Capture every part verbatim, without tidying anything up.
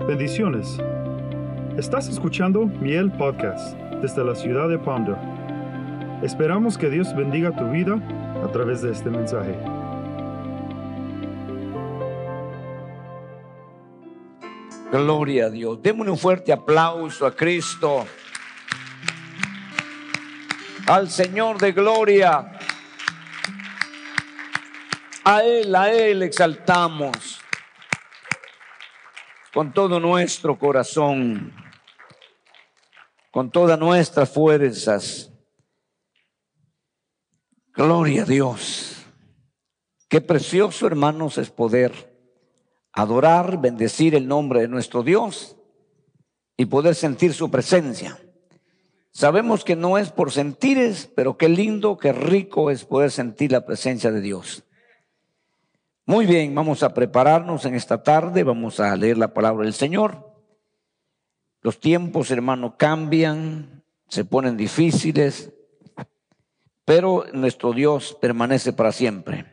Bendiciones. Estás escuchando Miel Podcast desde la ciudad de Palmdale. Esperamos que Dios bendiga tu vida a través de este mensaje. Gloria a Dios. Démosle un fuerte aplauso a Cristo, al Señor de gloria. A Él, a Él exaltamos con todo nuestro corazón, con todas nuestras fuerzas. Gloria a Dios. Qué precioso, hermanos, es poder adorar, bendecir el nombre de nuestro Dios y poder sentir su presencia. Sabemos que no es por sentires, pero qué lindo, qué rico es poder sentir la presencia de Dios. Muy bien, vamos a prepararnos en esta tarde, vamos a leer la palabra del Señor. Los tiempos, hermano, cambian, se ponen difíciles, pero nuestro Dios permanece para siempre.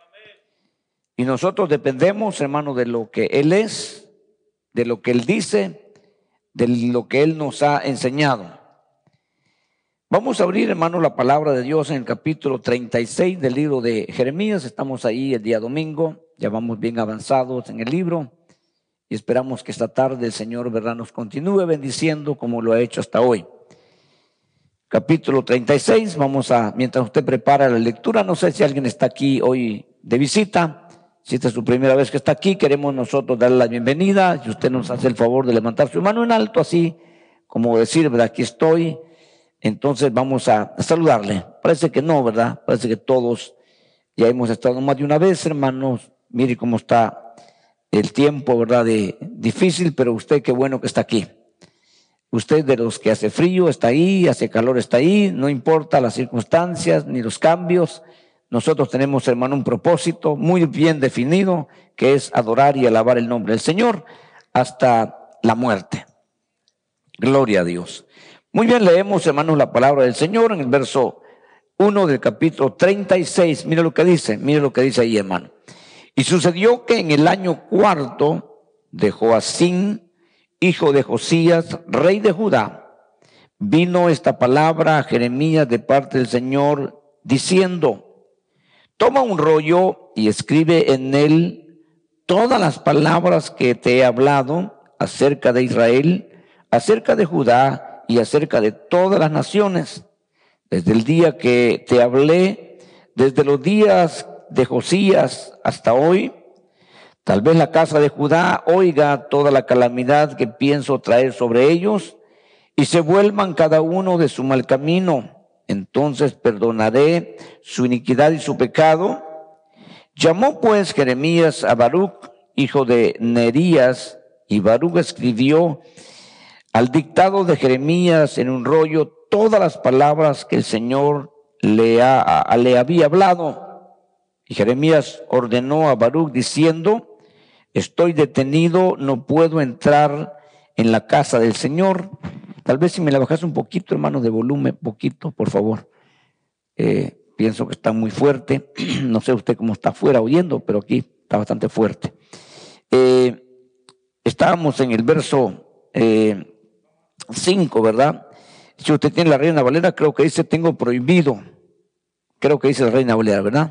Y nosotros dependemos, hermano, de lo que Él es, de lo que Él dice, de lo que Él nos ha enseñado. Vamos a abrir, hermano, la palabra de Dios en el capítulo treinta y seis del libro de Jeremías. Estamos ahí el día domingo, ya vamos bien avanzados en el libro y esperamos que esta tarde el Señor, verdad, nos continúe bendiciendo como lo ha hecho hasta hoy. Capítulo treinta y seis, vamos a, mientras usted prepara la lectura, no sé si alguien está aquí hoy de visita. Si esta es su primera vez que está aquí, queremos nosotros darle la bienvenida. Si usted nos hace el favor de levantar su mano en alto, así como decir, ¿verdad? Aquí estoy. Entonces vamos a saludarle. Parece que no, ¿verdad? Parece que todos ya hemos estado más de una vez, hermanos. Mire cómo está el tiempo, ¿verdad? De, difícil, pero usted qué bueno que está aquí. Usted de los que hace frío está ahí, hace calor está ahí, no importa las circunstancias ni los cambios. Nosotros tenemos, hermano, un propósito muy bien definido, que es adorar y alabar el nombre del Señor hasta la muerte. Gloria a Dios. Muy bien, leemos, hermanos, la palabra del Señor en el verso uno del capítulo treinta y seis. Mire lo que dice, mire lo que dice ahí, hermano. Y sucedió que en el año cuarto de Joacim, hijo de Josías, rey de Judá, vino esta palabra a Jeremías de parte del Señor, diciendo: toma un rollo y escribe en él todas las palabras que te he hablado acerca de Israel, acerca de Judá y acerca de todas las naciones, desde el día que te hablé, desde los días de Josías hasta hoy. Tal vez la casa de Judá oiga toda la calamidad que pienso traer sobre ellos y se vuelvan cada uno de su mal camino. Entonces perdonaré su iniquidad y su pecado. Llamó pues Jeremías a Baruch, hijo de Nerías, y Baruch escribió al dictado de Jeremías en un rollo todas las palabras que el Señor le, ha, a, le había hablado. Y Jeremías ordenó a Baruch diciendo: estoy detenido, no puedo entrar en la casa del Señor. Tal vez si me la bajas un poquito, hermano, de volumen, poquito, por favor. Eh, pienso que está muy fuerte. No sé usted cómo está afuera oyendo, pero aquí está bastante fuerte. Eh, estábamos en el verso eh, cinco, ¿verdad? Si usted tiene la Reina Valera, creo que dice: tengo prohibido. Creo que dice la Reina Valera, ¿verdad?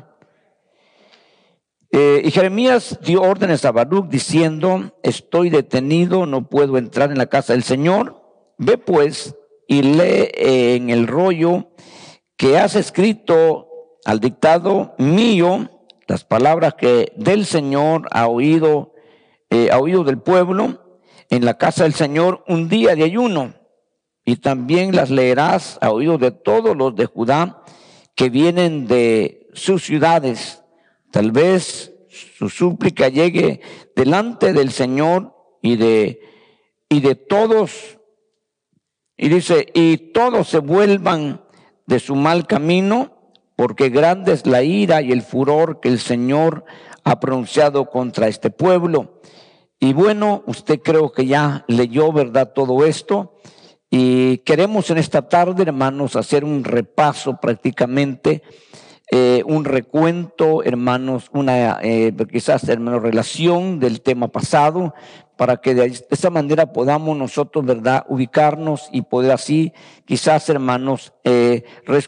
Eh, y Jeremías dio órdenes a Baruch diciendo: estoy detenido, no puedo entrar en la casa del Señor. Ve pues y lee en el rollo que has escrito al dictado mío las palabras que del Señor ha oído, eh, ha oído del pueblo en la casa del Señor un día de ayuno. Y también las leerás a oído de todos los de Judá que vienen de sus ciudades. Tal vez su súplica llegue delante del Señor y de, y de todos, y dice, y todos se vuelvan de su mal camino, porque grande es la ira y el furor que el Señor ha pronunciado contra este pueblo. Y bueno, usted creo que ya leyó, ¿verdad?, todo esto. Y queremos en esta tarde, hermanos, hacer un repaso prácticamente, eh, un recuento, hermanos, una eh, quizás, hermanos, relación del tema pasado, para que de esa manera podamos nosotros, ¿verdad?, ubicarnos y poder así, quizás, hermanos, eh,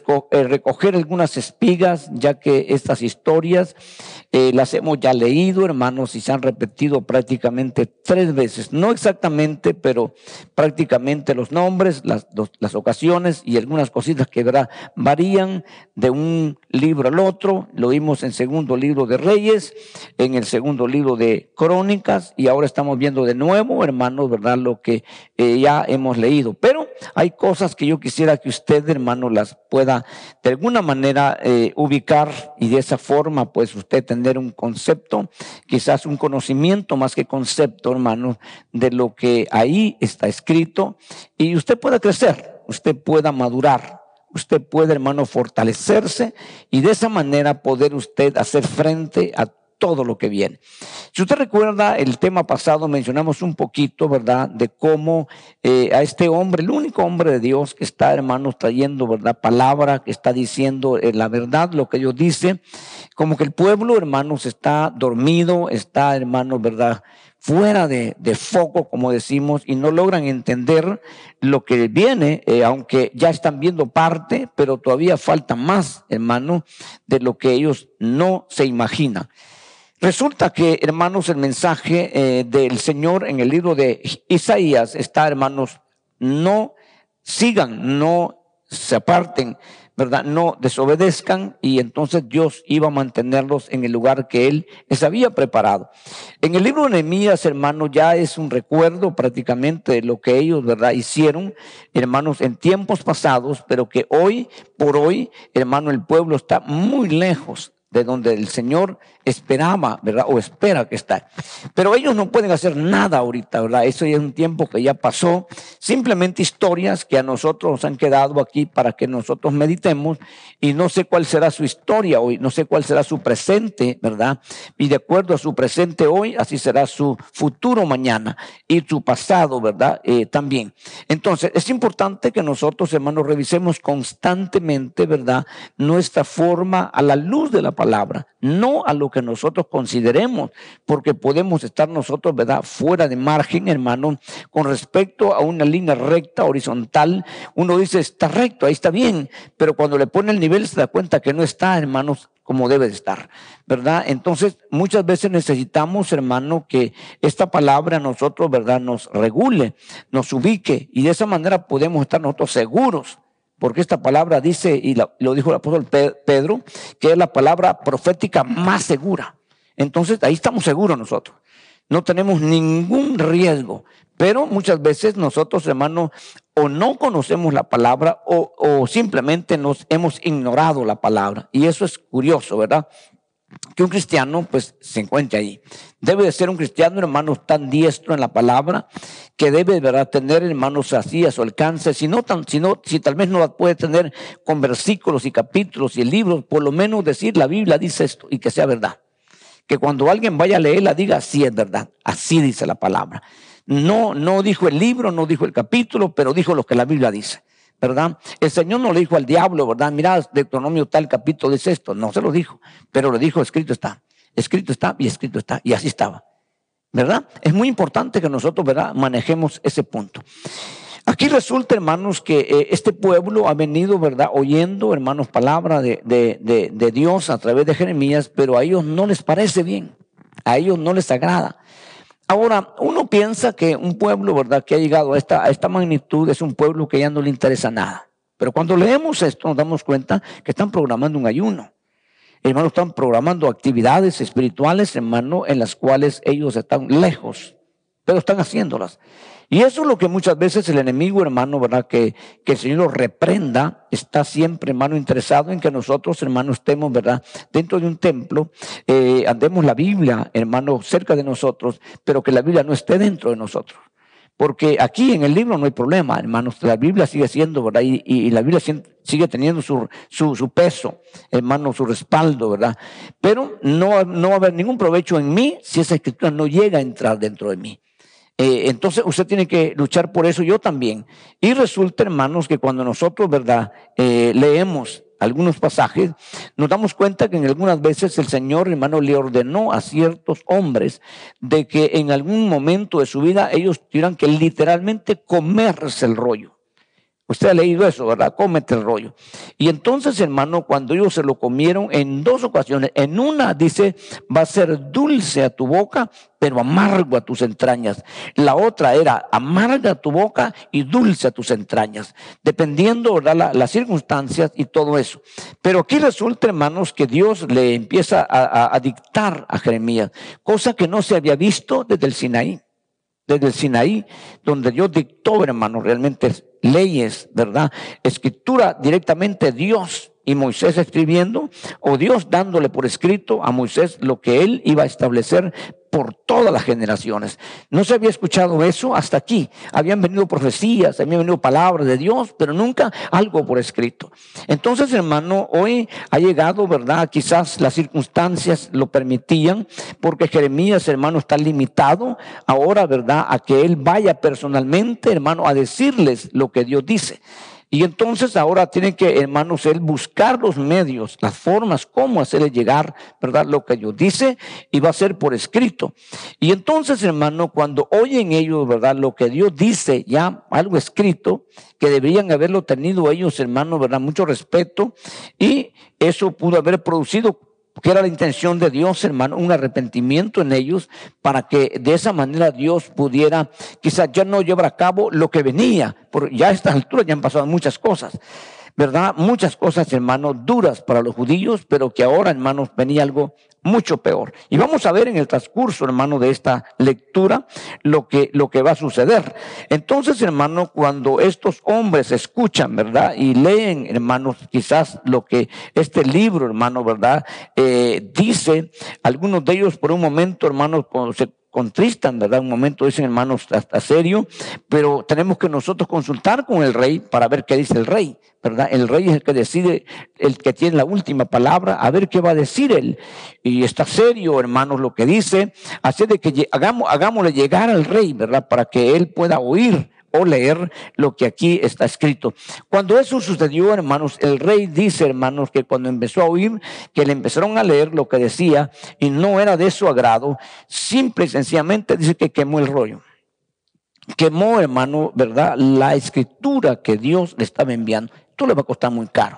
recoger algunas espigas, ya que estas historias eh, las hemos ya leído, hermanos, y se han repetido prácticamente tres veces. No exactamente, pero prácticamente los nombres, las, los, las ocasiones y algunas cositas que, ¿verdad?, varían de un libro al otro. Lo vimos en segundo libro de Reyes, en el segundo libro de Crónicas, y ahora estamos viendo de nuevo, hermanos, ¿verdad?, lo que eh, ya hemos leído. Pero hay cosas que yo quisiera que usted, hermano, las pueda de alguna manera eh, ubicar, y de esa forma pues usted tener un concepto, quizás un conocimiento más que concepto, hermano, de lo que ahí está escrito, y usted pueda crecer, usted pueda madurar, usted puede, hermano, fortalecerse, y de esa manera poder usted hacer frente a todo lo que viene. Si usted recuerda, el tema pasado mencionamos un poquito, ¿verdad?, de cómo eh, a este hombre, el único hombre de Dios que está, hermanos, trayendo, ¿verdad?, palabra, que está diciendo eh, la verdad, lo que Dios dice, como que el pueblo, hermanos, está dormido, está, hermanos, ¿verdad?, fuera de, de foco, como decimos, y no logran entender lo que viene, eh, aunque ya están viendo parte, pero todavía falta más, hermano, de lo que ellos no se imaginan. Resulta que, hermanos, el mensaje eh, del Señor en el libro de Isaías está, hermanos, no sigan, no se aparten, ¿verdad?, no desobedezcan, y entonces Dios iba a mantenerlos en el lugar que Él les había preparado. En el libro de Nehemías, hermanos, ya es un recuerdo prácticamente de lo que ellos, ¿verdad?, hicieron, hermanos, en tiempos pasados, pero que hoy por hoy, hermano, el pueblo está muy lejos de donde el Señor esperaba, ¿verdad?, o espera que está. Pero ellos no pueden hacer nada ahorita, ¿verdad? Eso ya es un tiempo que ya pasó. Simplemente historias que a nosotros nos han quedado aquí para que nosotros meditemos, y no sé cuál será su historia hoy, no sé cuál será su presente, ¿verdad? Y de acuerdo a su presente hoy, así será su futuro mañana, y su pasado, ¿verdad?, eh, también. Entonces, es importante que nosotros, hermanos, revisemos constantemente, ¿verdad?, nuestra forma a la luz de la palabra, no a lo que nosotros consideremos, porque podemos estar nosotros, ¿verdad?, fuera de margen, hermano, con respecto a una línea recta, horizontal. Uno dice, está recto, ahí está bien, pero cuando le pone el nivel se da cuenta que no está, hermanos, como debe de estar, ¿verdad? Entonces, muchas veces necesitamos, hermano, que esta palabra a nosotros, ¿verdad?, nos regule, nos ubique, y de esa manera podemos estar nosotros seguros. Porque esta palabra dice, y lo dijo el apóstol Pedro, que es la palabra profética más segura. Entonces, ahí estamos seguros nosotros. No tenemos ningún riesgo. Pero muchas veces nosotros, hermanos, o no conocemos la palabra o, o simplemente nos hemos ignorado la palabra. Y eso es curioso, ¿verdad?, que un cristiano pues se encuentre ahí. Debe de ser un cristiano, hermanos, tan diestro en la palabra, que debe, ¿verdad?, tener, hermanos, así a su alcance, si no, tan, si, no si tal vez no la puede tener con versículos y capítulos y libros, por lo menos decir, la Biblia dice esto, y que sea verdad. Que cuando alguien vaya a leerla diga, así es verdad, así dice la palabra. No, no dijo el libro, no dijo el capítulo, pero dijo lo que la Biblia dice, ¿verdad? El Señor no le dijo al diablo, ¿verdad?, mira, Deuteronomio tal capítulo dice esto. No se lo dijo, pero le dijo, escrito está, escrito está y escrito está, y así estaba, ¿verdad? Es muy importante que nosotros, ¿verdad?, manejemos ese punto. Aquí resulta, hermanos, que eh, este pueblo ha venido, ¿verdad?, oyendo, hermanos, palabra de, de, de, de Dios a través de Jeremías, pero a ellos no les parece bien, a ellos no les agrada. Ahora, uno piensa que un pueblo, ¿verdad?, que ha llegado a esta, a esta magnitud es un pueblo que ya no le interesa nada. Pero cuando leemos esto nos damos cuenta que están programando un ayuno. Hermanos, están programando actividades espirituales, hermano, en las cuales ellos están lejos, pero están haciéndolas. Y eso es lo que muchas veces el enemigo, hermano, ¿verdad?, que, que el Señor lo reprenda, está siempre, hermano, interesado en que nosotros, hermano, estemos, ¿verdad?, dentro de un templo, eh, andemos la Biblia, hermano, cerca de nosotros, pero que la Biblia no esté dentro de nosotros. Porque aquí en el libro no hay problema, hermanos, la Biblia sigue siendo, ¿verdad?, y, y la Biblia sigue teniendo su, su, su peso, hermano, su respaldo, ¿verdad? Pero no, no va a haber ningún provecho en mí si esa escritura no llega a entrar dentro de mí. Eh, entonces usted tiene que luchar por eso, yo también. Y resulta, hermanos, que cuando nosotros, ¿verdad?, eh, leemos algunos pasajes, nos damos cuenta que en algunas veces el Señor, hermano, le ordenó a ciertos hombres de que en algún momento de su vida ellos tuvieran que literalmente comerse el rollo. Usted ha leído eso, ¿verdad? Cómete el rollo. Y entonces, hermano, cuando ellos se lo comieron en dos ocasiones, en una dice, va a ser dulce a tu boca, pero amargo a tus entrañas. La otra era amarga a tu boca y dulce a tus entrañas, dependiendo, ¿verdad?, la, las circunstancias y todo eso. Pero aquí resulta, hermanos, que Dios le empieza a, a, a dictar a Jeremías, cosa que no se había visto desde el Sinaí. Desde el Sinaí, donde Dios dictó, hermanos, realmente leyes, ¿verdad? Escritura directamente Dios y Moisés escribiendo, o Dios dándole por escrito a Moisés lo que él iba a establecer por todas las generaciones. No se había escuchado eso hasta aquí. Habían venido profecías, habían venido palabras de Dios, pero nunca algo por escrito. Entonces, hermano, hoy ha llegado, ¿verdad? Quizás las circunstancias lo permitían, porque Jeremías, hermano, está limitado ahora, ¿verdad?, a que él vaya personalmente, hermano, a decirles lo que Dios dice. Y entonces ahora tiene que, hermanos, él buscar los medios, las formas, cómo hacerle llegar, ¿verdad?, lo que Dios dice, y va a ser por escrito. Y entonces, hermano, cuando oyen ellos, ¿verdad?, lo que Dios dice, ya algo escrito, que deberían haberlo tenido ellos, hermano, ¿verdad?, mucho respeto, y eso pudo haber producido, que era la intención de Dios, hermano, un arrepentimiento en ellos, para que de esa manera Dios pudiera quizás ya no llevar a cabo lo que venía, porque ya a estas alturas ya han pasado muchas cosas, ¿verdad? Muchas cosas, hermanos, duras para los judíos, pero que ahora, hermanos, venía algo mucho peor. Y vamos a ver en el transcurso, hermano, de esta lectura lo que, lo que va a suceder. Entonces, hermano, cuando estos hombres escuchan, ¿verdad?, y leen, hermanos, quizás lo que este libro, hermano, ¿verdad?, eh, dice, algunos de ellos por un momento, hermanos, se contristan, ¿verdad? Un momento dicen, hermanos, hasta serio, pero tenemos que nosotros consultar con el rey para ver qué dice el rey, ¿verdad? El rey es el que decide, el que tiene la última palabra, a ver qué va a decir él. Y está serio, hermanos, lo que dice, así de que hagamos, hagámosle llegar al rey, ¿verdad?, para que él pueda oír o leer lo que aquí está escrito. Cuando eso sucedió, hermanos, el rey dice, hermanos, que cuando empezó a oír, que le empezaron a leer lo que decía y no era de su agrado, simple y sencillamente dice que quemó el rollo. Quemó, hermano, ¿verdad?, la escritura que Dios le estaba enviando. Esto le va a costar muy caro.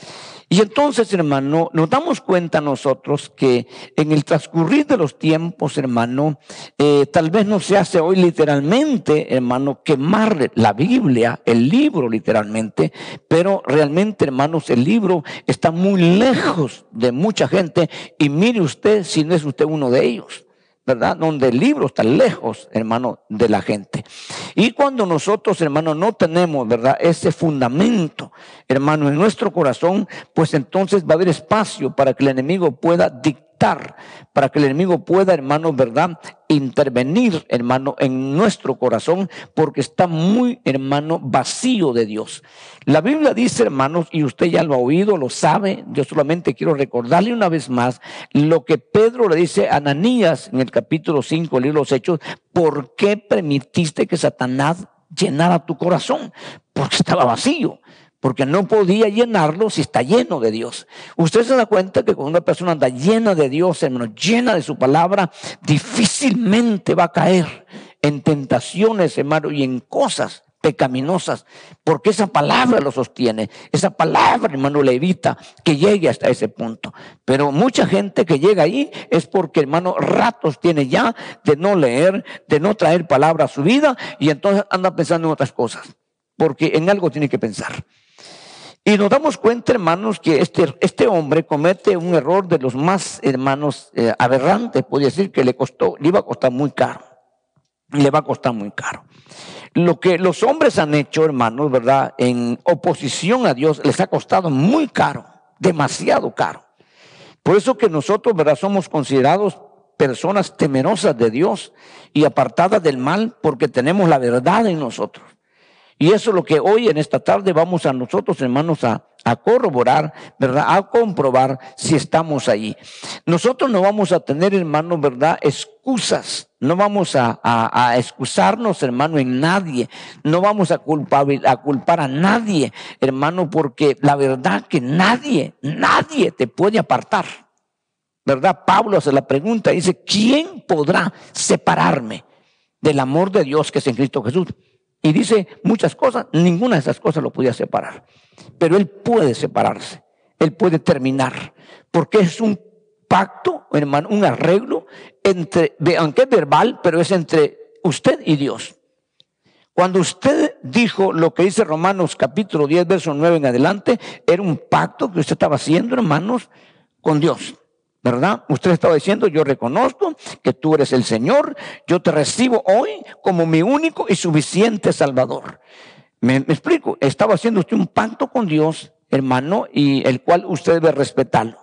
Y entonces, hermano, nos damos cuenta nosotros que en el transcurrir de los tiempos, hermano, eh, tal vez no se hace hoy literalmente, hermano, quemar la Biblia, el libro literalmente, pero realmente, hermanos, el libro está muy lejos de mucha gente, y mire usted si no es usted uno de ellos, ¿verdad? Donde el libro está lejos, hermano, de la gente. Y cuando nosotros, hermano, no tenemos, ¿verdad?, ese fundamento, hermano, en nuestro corazón, pues entonces va a haber espacio para que el enemigo pueda dictar, para que el enemigo pueda, hermano, ¿verdad?, intervenir, hermano, en nuestro corazón, porque está muy, hermano, vacío de Dios. La Biblia dice, hermanos, y usted ya lo ha oído, lo sabe, yo solamente quiero recordarle una vez más lo que Pedro le dice a Ananías en el capítulo cinco del libro de los Hechos: ¿por qué permitiste que Satanás llenara tu corazón? Porque estaba vacío. Porque no podía llenarlo si está lleno de Dios. Usted se da cuenta que cuando una persona anda llena de Dios, hermano, llena de su palabra, difícilmente va a caer en tentaciones, hermano, y en cosas pecaminosas, porque esa palabra lo sostiene. Esa palabra, hermano, le evita que llegue hasta ese punto. Pero mucha gente que llega ahí es porque, hermano, ratos tiene ya de no leer, de no traer palabra a su vida, y entonces anda pensando en otras cosas, porque en algo tiene que pensar. Y nos damos cuenta, hermanos, que este, este hombre comete un error de los más, hermanos, eh, aberrantes. Podría decir que le costó, le iba a costar muy caro. Le va a costar muy caro. Lo que los hombres han hecho, hermanos, ¿verdad?, en oposición a Dios, les ha costado muy caro, demasiado caro. Por eso que nosotros, ¿verdad?, somos considerados personas temerosas de Dios y apartadas del mal, porque tenemos la verdad en nosotros. Y eso es lo que hoy en esta tarde vamos a nosotros, hermanos, a, a corroborar, ¿verdad? A comprobar si estamos ahí. Nosotros no vamos a tener, hermano, ¿verdad? Excusas. No vamos a, a, a excusarnos, hermano, en nadie. No vamos a culpar, a culpar a nadie, hermano, porque la verdad que nadie, nadie te puede apartar. ¿Verdad? Pablo hace la pregunta, dice, ¿quién podrá separarme del amor de Dios que es en Cristo Jesús? Y dice muchas cosas, ninguna de esas cosas lo podía separar. Pero Él puede separarse, Él puede terminar, porque es un pacto, hermano, un arreglo entre, aunque es verbal, pero es entre usted y Dios. Cuando usted dijo lo que dice Romanos capítulo diez, verso nueve en adelante, era un pacto que usted estaba haciendo, hermanos, con Dios. ¿Verdad? Usted estaba diciendo, yo reconozco que tú eres el Señor, yo te recibo hoy como mi único y suficiente Salvador. ¿Me, me explico? Estaba haciendo usted un pacto con Dios, hermano, y el cual usted debe respetarlo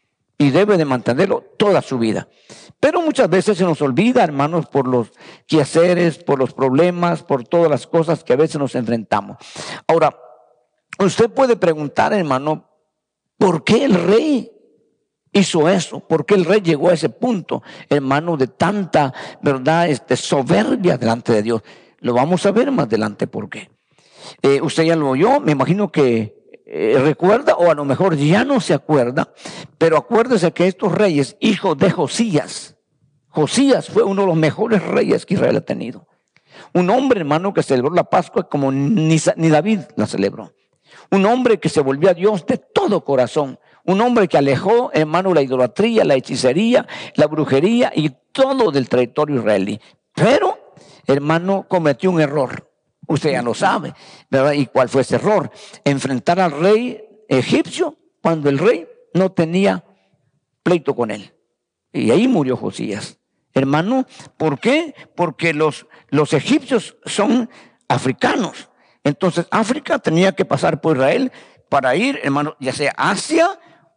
y debe de mantenerlo toda su vida. Pero muchas veces se nos olvida, hermanos, por los quehaceres, por los problemas, por todas las cosas que a veces nos enfrentamos. Ahora, usted puede preguntar, hermano, ¿por qué el rey hizo eso? ¿Por qué el rey llegó a ese punto, hermano, de tanta, verdad, este, soberbia delante de Dios? Lo vamos a ver más adelante por qué. Eh, usted ya lo oyó, me imagino que eh, recuerda, o a lo mejor ya no se acuerda, pero acuérdese que estos reyes, hijos de Josías, Josías fue uno de los mejores reyes que Israel ha tenido. Un hombre, hermano, que celebró la Pascua como ni, ni David la celebró. Un hombre que se volvió a Dios de todo corazón. Un hombre que alejó, hermano, la idolatría, la hechicería, la brujería y todo del territorio israelí. Pero, hermano, cometió un error. Usted ya lo sabe, ¿verdad? ¿Y cuál fue ese error? Enfrentar al rey egipcio cuando el rey no tenía pleito con él. Y ahí murió Josías. Hermano, ¿por qué? Porque los, los egipcios son africanos. Entonces, África tenía que pasar por Israel para ir, hermano, ya sea Asia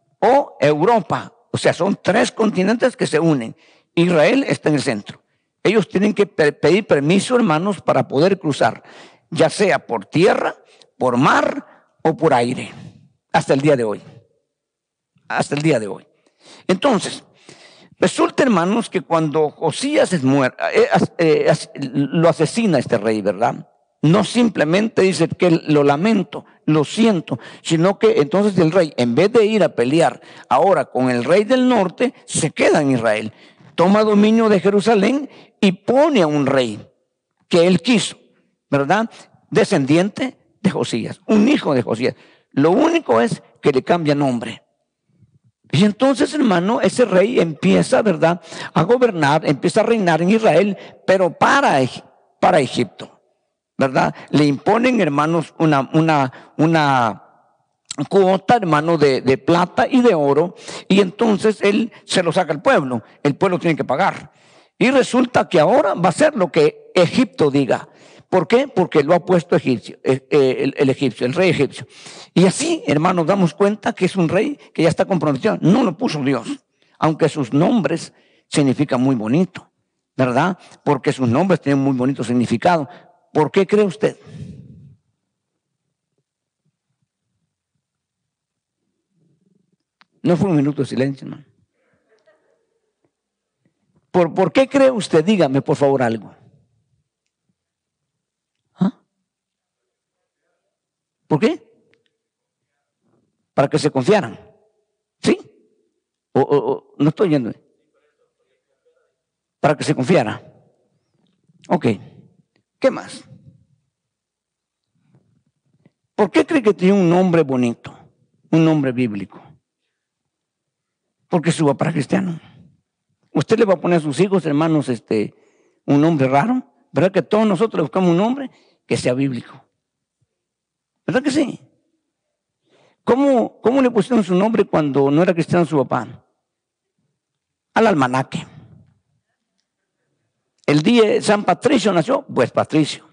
o Europa. O sea, son tres continentes que se unen. Israel está en el centro. Ellos tienen que pedir permiso, hermanos, para poder cruzar, ya sea por tierra, por mar o por aire, hasta el día de hoy. Hasta el día de hoy. Entonces, resulta, hermanos, que cuando Josías es muerto, eh, eh, lo asesina este rey, ¿verdad? No simplemente dice que lo lamento, lo siento, sino que entonces el rey, en vez de ir a pelear ahora con el rey del norte, se queda en Israel, toma dominio de Jerusalén y pone a un rey que él quiso, ¿verdad? Descendiente de Josías, un hijo de Josías. Lo único es que le cambia nombre. Y entonces, hermano, ese rey empieza, ¿verdad?, a gobernar, empieza a reinar en Israel, pero para, para Egipto. ¿Verdad? Le imponen, hermanos, una, una, una cuota, hermano, de, de plata y de oro, y entonces él se lo saca al pueblo. El pueblo tiene que pagar. Y resulta que ahora va a ser lo que Egipto diga. ¿Por qué? Porque lo ha puesto egipcio, eh, eh, el, el egipcio, el rey egipcio. Y así, hermanos, damos cuenta que es un rey que ya está comprometido. No lo puso Dios, aunque sus nombres significan muy bonito, ¿verdad? Porque sus nombres tienen muy bonito significado. ¿Por qué cree usted? No fue un minuto de silencio, hermano. ¿Por, ¿Por qué cree usted? Dígame, por favor, algo. ¿Ah? ¿Por qué? Para que se confiaran. ¿Sí? O, o, o no estoy yendo. Para que se confiara. Ok. ¿Qué más? ¿Por qué cree que tiene un nombre bonito? Un nombre bíblico. Porque su papá era cristiano. Usted le va a poner a sus hijos, hermanos, este, un nombre raro. ¿Verdad que todos nosotros le buscamos un nombre que sea bíblico? ¿Verdad que sí? ¿Cómo, cómo le pusieron su nombre cuando no era cristiano su papá? Al almanaque. El día de San Patricio nació, pues Patricio.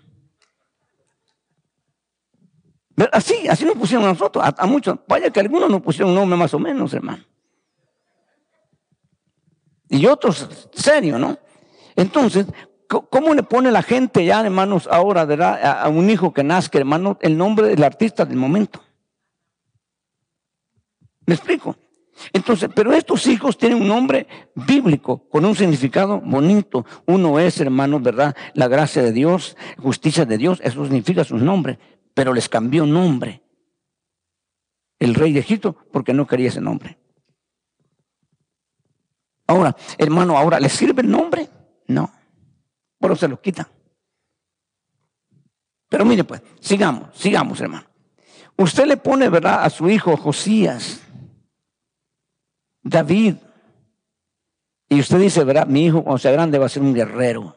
Así, así nos pusieron a nosotros, a, a muchos. Vaya que algunos nos pusieron un nombre más o menos, hermano. Y otros, serio, ¿no? Entonces, ¿cómo le pone la gente ya, hermanos, ahora, ¿verdad? A, a un hijo que nazca, hermano, el nombre del artista del momento? ¿Me explico? Entonces, pero estos hijos tienen un nombre bíblico con un significado bonito. Uno es, hermanos, ¿verdad? La gracia de Dios, justicia de Dios, eso significa sus nombres, pero les cambió nombre el rey de Egipto porque no quería ese nombre. Ahora, hermano, ahora, ¿les sirve el nombre? No, pero se lo quitan. Pero mire pues, sigamos, sigamos, hermano. Usted le pone, ¿verdad?, a su hijo Josías, David, y usted dice, ¿verdad?, mi hijo cuando sea grande va a ser un guerrero,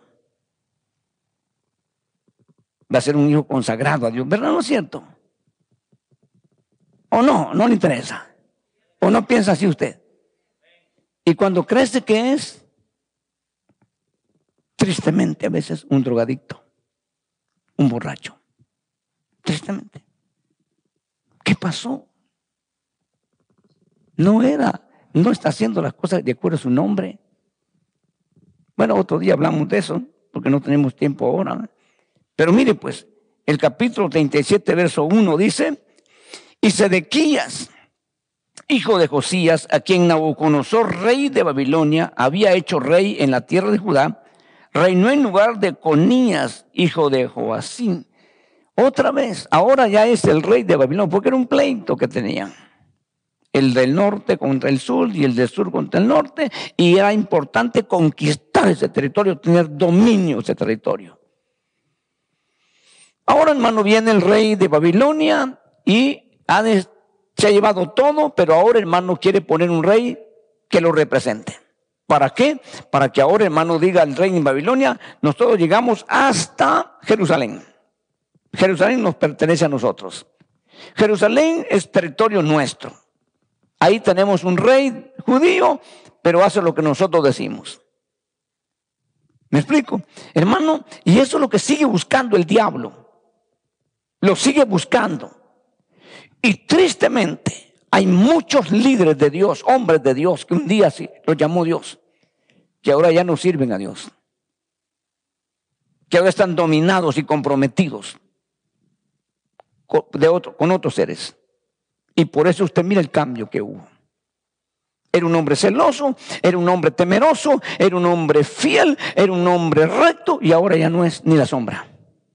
va a ser un hijo consagrado a Dios, ¿verdad? ¿No es cierto? ¿O no? ¿No le interesa? ¿O no piensa así usted? Y cuando crece, ¿qué es? Tristemente a veces un drogadicto, un borracho. Tristemente. ¿Qué pasó? No era, no está haciendo las cosas de acuerdo a su nombre. Bueno, otro día hablamos de eso, porque no tenemos tiempo ahora, ¿no? Pero mire pues, el capítulo treinta y siete, verso uno dice, y Sedequías, hijo de Josías, a quien Nabucodonosor, rey de Babilonia, había hecho rey en la tierra de Judá, reinó en lugar de Conías, hijo de Joacim. Otra vez, ahora ya es el rey de Babilonia, porque era un pleito que tenían. El del norte contra el sur y el del sur contra el norte, y era importante conquistar ese territorio, tener dominio de ese territorio. Ahora, hermano, viene el rey de Babilonia y ha de, se ha llevado todo, pero ahora, hermano, quiere poner un rey que lo represente. ¿Para qué? Para que ahora, hermano, diga el rey en Babilonia, nosotros llegamos hasta Jerusalén. Jerusalén nos pertenece a nosotros. Jerusalén es territorio nuestro. Ahí tenemos un rey judío, pero hace lo que nosotros decimos. ¿Me explico? Hermano, y eso es lo que sigue buscando el diablo. Lo sigue buscando. Y tristemente hay muchos líderes de Dios, hombres de Dios, que un día sí los llamó Dios, que ahora ya no sirven a Dios, que ahora están dominados y comprometidos de otro, con otros seres. Y por eso usted mira el cambio que hubo. Era un hombre celoso, era un hombre temeroso, era un hombre fiel, era un hombre recto, y ahora ya no es ni la sombra.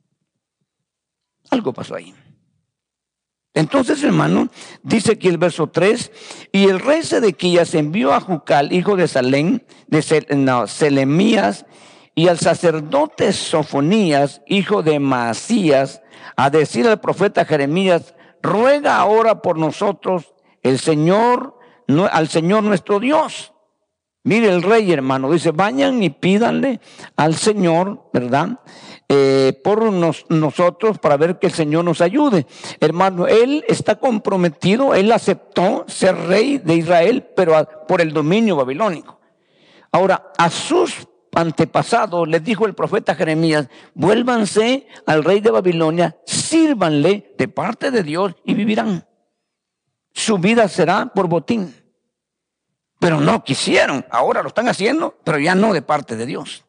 Algo pasó ahí. Entonces, hermano, dice aquí el verso tres, y el rey Sedequías envió a Jucal, hijo de Salem, de Sel, no, Selemías, y al sacerdote Sofonías, hijo de Maasías, a decir al profeta Jeremías, ruega ahora por nosotros el Señor, no, al Señor nuestro Dios. Mire el rey, hermano, dice, vayan y pídanle al Señor, ¿verdad? Eh, por nos, nosotros para ver que el Señor nos ayude. Hermano, él está comprometido, él aceptó ser rey de Israel, pero a, por el dominio babilónico. Ahora, a sus antepasados les dijo el profeta Jeremías, vuélvanse al rey de Babilonia, sírvanle de parte de Dios y vivirán. Su vida será por botín. Pero no quisieron, ahora lo están haciendo, pero ya no de parte de Dios.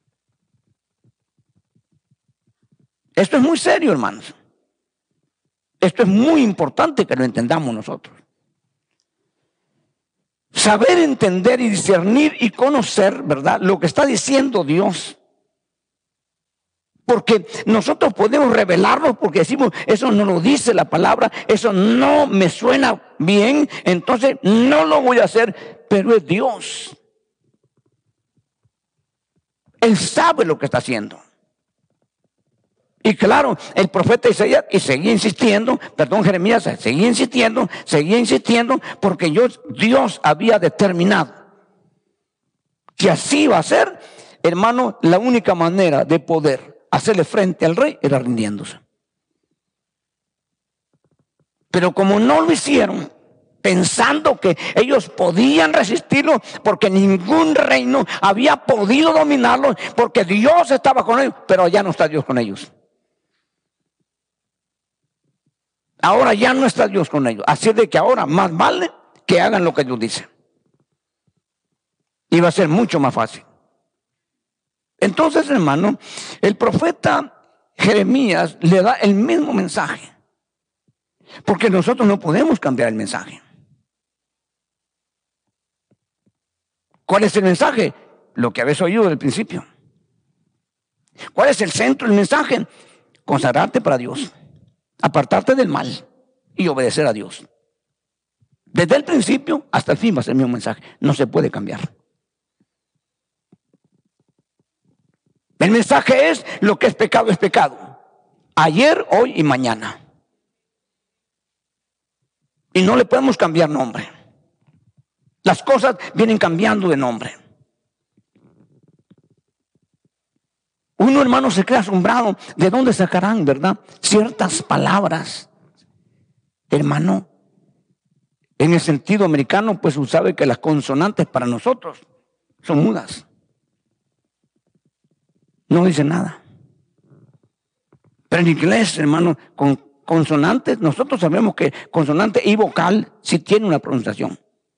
Esto es muy serio, hermanos. Esto es muy importante que lo entendamos nosotros. Saber entender y discernir y conocer, ¿verdad?, lo que está diciendo Dios. Porque nosotros podemos rebelarnos porque decimos, eso no lo dice la palabra, eso no me suena bien, entonces no lo voy a hacer, pero es Dios. Él sabe lo que está haciendo. Y claro, el profeta Isaías y seguía insistiendo, perdón, Jeremías seguía insistiendo, seguía insistiendo, porque yo, Dios había determinado que así iba a ser, hermano. La única manera de poder hacerle frente al rey era rindiéndose. Pero como no lo hicieron, pensando que ellos podían resistirlo, porque ningún reino había podido dominarlos, porque Dios estaba con ellos, pero ya no está Dios con ellos. Ahora ya no está Dios con ellos. Así de que ahora más vale que hagan lo que Dios dice. Y va a ser mucho más fácil. Entonces, hermano, el profeta Jeremías le da el mismo mensaje. Porque nosotros no podemos cambiar el mensaje. ¿Cuál es el mensaje? Lo que habéis oído desde el principio. ¿Cuál es el centro del mensaje? Consagrarte para Dios, apartarte del mal y obedecer a Dios. Desde el principio hasta el fin va a ser el mismo mensaje. No se puede cambiar. El mensaje es: lo que es pecado es pecado. Ayer, hoy y mañana. Y no le podemos cambiar nombre. Las cosas vienen cambiando de nombre. Uno, hermano, se queda asombrado. ¿De dónde sacarán, verdad, ciertas palabras? Hermano, en el sentido americano, pues usted sabe que las consonantes para nosotros son mudas. No dice nada. Pero en inglés, hermano, con consonantes, nosotros sabemos que consonante y vocal sí tiene una pronunciación.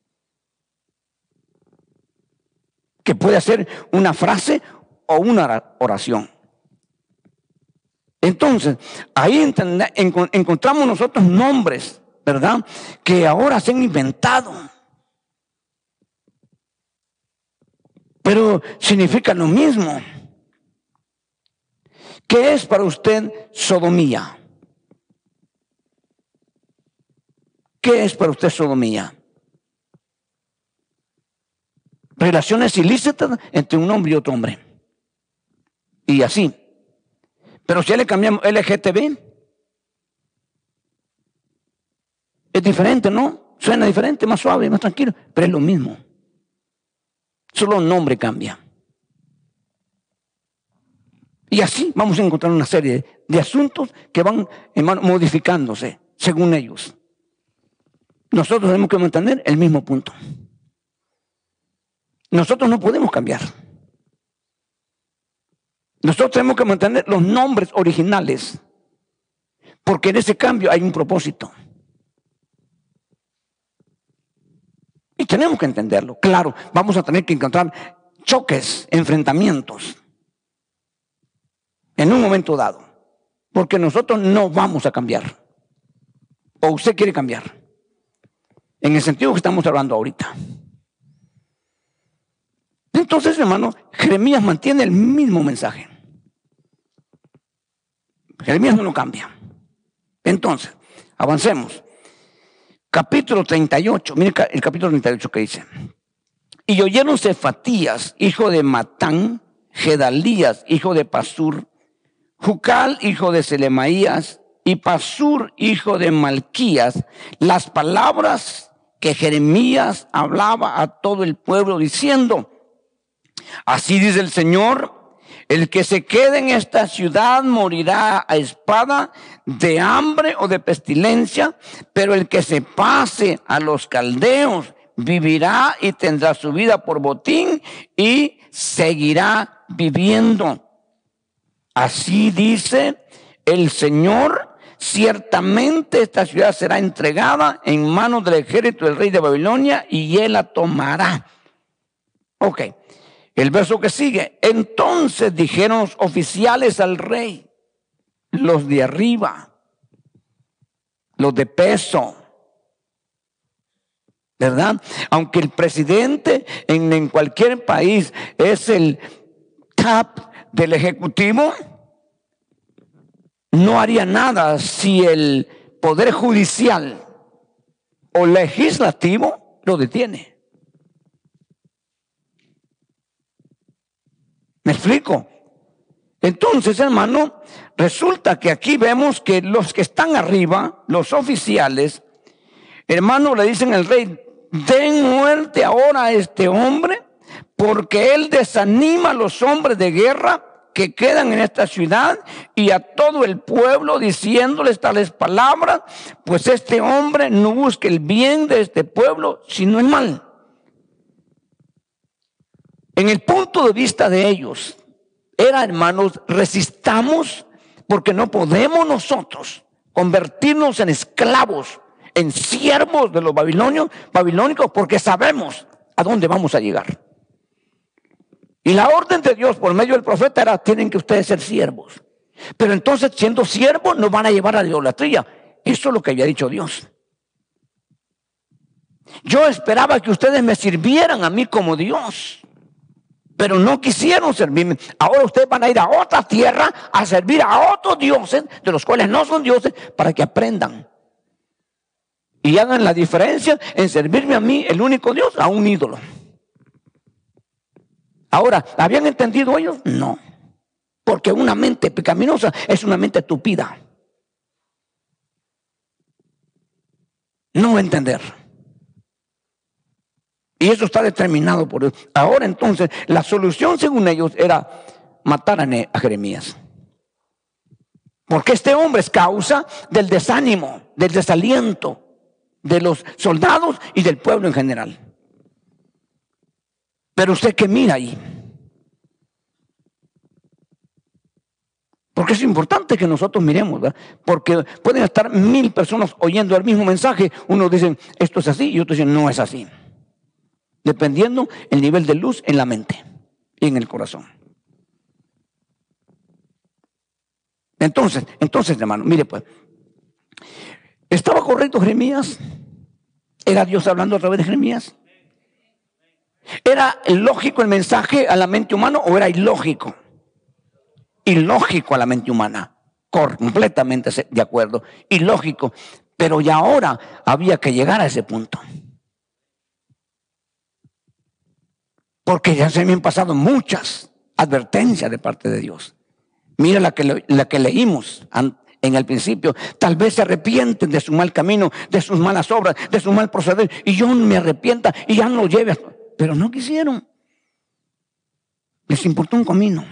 Que puede hacer una frase o una oración. Entonces, ahí encontramos nosotros nombres, ¿verdad?, que ahora se han inventado. Pero significa lo mismo. ¿Qué es para usted sodomía? ¿Qué es para usted sodomía? Relaciones ilícitas entre un hombre y otro hombre. Y así. Pero si le cambiamos L G T B, es diferente, ¿no? Suena diferente, más suave, más tranquilo, pero es lo mismo. Solo el nombre cambia. Y así vamos a encontrar una serie de asuntos que van, hermano, modificándose según ellos. Nosotros tenemos que mantener el mismo punto. Nosotros no podemos cambiar. Nosotros tenemos que mantener los nombres originales, porque en ese cambio hay un propósito. Y tenemos que entenderlo. Claro, vamos a tener que encontrar choques, enfrentamientos en un momento dado, porque nosotros no vamos a cambiar. O usted quiere cambiar, en el sentido que estamos hablando ahorita. Entonces, hermano, Jeremías mantiene el mismo mensaje. Jeremías no lo cambia. Entonces, avancemos. Capítulo treinta y ocho. Mire el capítulo treinta y ocho que dice: y oyeron Cefatías, hijo de Matán, Gedalías, hijo de Pasur, Jucal, hijo de Selemaías, y Pasur, hijo de Malquías, las palabras que Jeremías hablaba a todo el pueblo, diciendo: así dice el Señor, el que se quede en esta ciudad morirá a espada, de hambre o de pestilencia, pero el que se pase a los caldeos vivirá y tendrá su vida por botín y seguirá viviendo. Así dice el Señor, ciertamente esta ciudad será entregada en manos del ejército del rey de Babilonia y él la tomará. Ok. El verso que sigue: entonces dijeron los oficiales al rey, los de arriba, los de peso, ¿verdad? Aunque el presidente en, en cualquier país es el top del ejecutivo, no haría nada si el poder judicial o legislativo lo detiene. ¿Me explico? Entonces, hermano, resulta que aquí vemos que los que están arriba, los oficiales, hermano, le dicen al rey: den muerte ahora a este hombre, porque él desanima a los hombres de guerra que quedan en esta ciudad y a todo el pueblo, diciéndoles tales palabras, pues este hombre no busca el bien de este pueblo, sino el mal. En el punto de vista de ellos, era, hermanos, resistamos, porque no podemos nosotros convertirnos en esclavos, en siervos de los babilonios, babilónicos, porque sabemos a dónde vamos a llegar. Y la orden de Dios por medio del profeta era: tienen que ustedes ser siervos. Pero entonces, siendo siervos, nos van a llevar a la idolatría. Eso es lo que había dicho Dios. Yo esperaba que ustedes me sirvieran a mí como Dios, pero no quisieron servirme. Ahora ustedes van a ir a otra tierra a servir a otros dioses, de los cuales no son dioses, para que aprendan y hagan la diferencia en servirme a mí, el único Dios, a un ídolo. Ahora, ¿habían entendido ellos? No, porque una mente pecaminosa es una mente tupida. No va a entender. Y eso está determinado por Dios. Ahora entonces, la solución según ellos era matar a, Ne- a Jeremías. Porque este hombre es causa del desánimo, del desaliento de los soldados y del pueblo en general. Pero usted que mira ahí. Porque es importante que nosotros miremos, ¿verdad? Porque pueden estar mil personas oyendo el mismo mensaje. Unos dicen, esto es así, y otros dicen, no es así. Dependiendo el nivel de luz en la mente y en el corazón. Entonces, entonces, hermano, mire pues, ¿estaba correcto Jeremías? ¿Era Dios hablando a través de Jeremías? ¿Era lógico el mensaje a la mente humana o era ilógico? Ilógico a la mente humana, completamente de acuerdo, ilógico, pero ya ahora había que llegar a ese punto. Porque ya se me han pasado muchas advertencias de parte de Dios. Mira la que, la que leímos en el principio. Tal vez se arrepienten de su mal camino, de sus malas obras, de su mal proceder, y yo me arrepienta y ya no lo lleve. Pero no quisieron. Les importó un comino.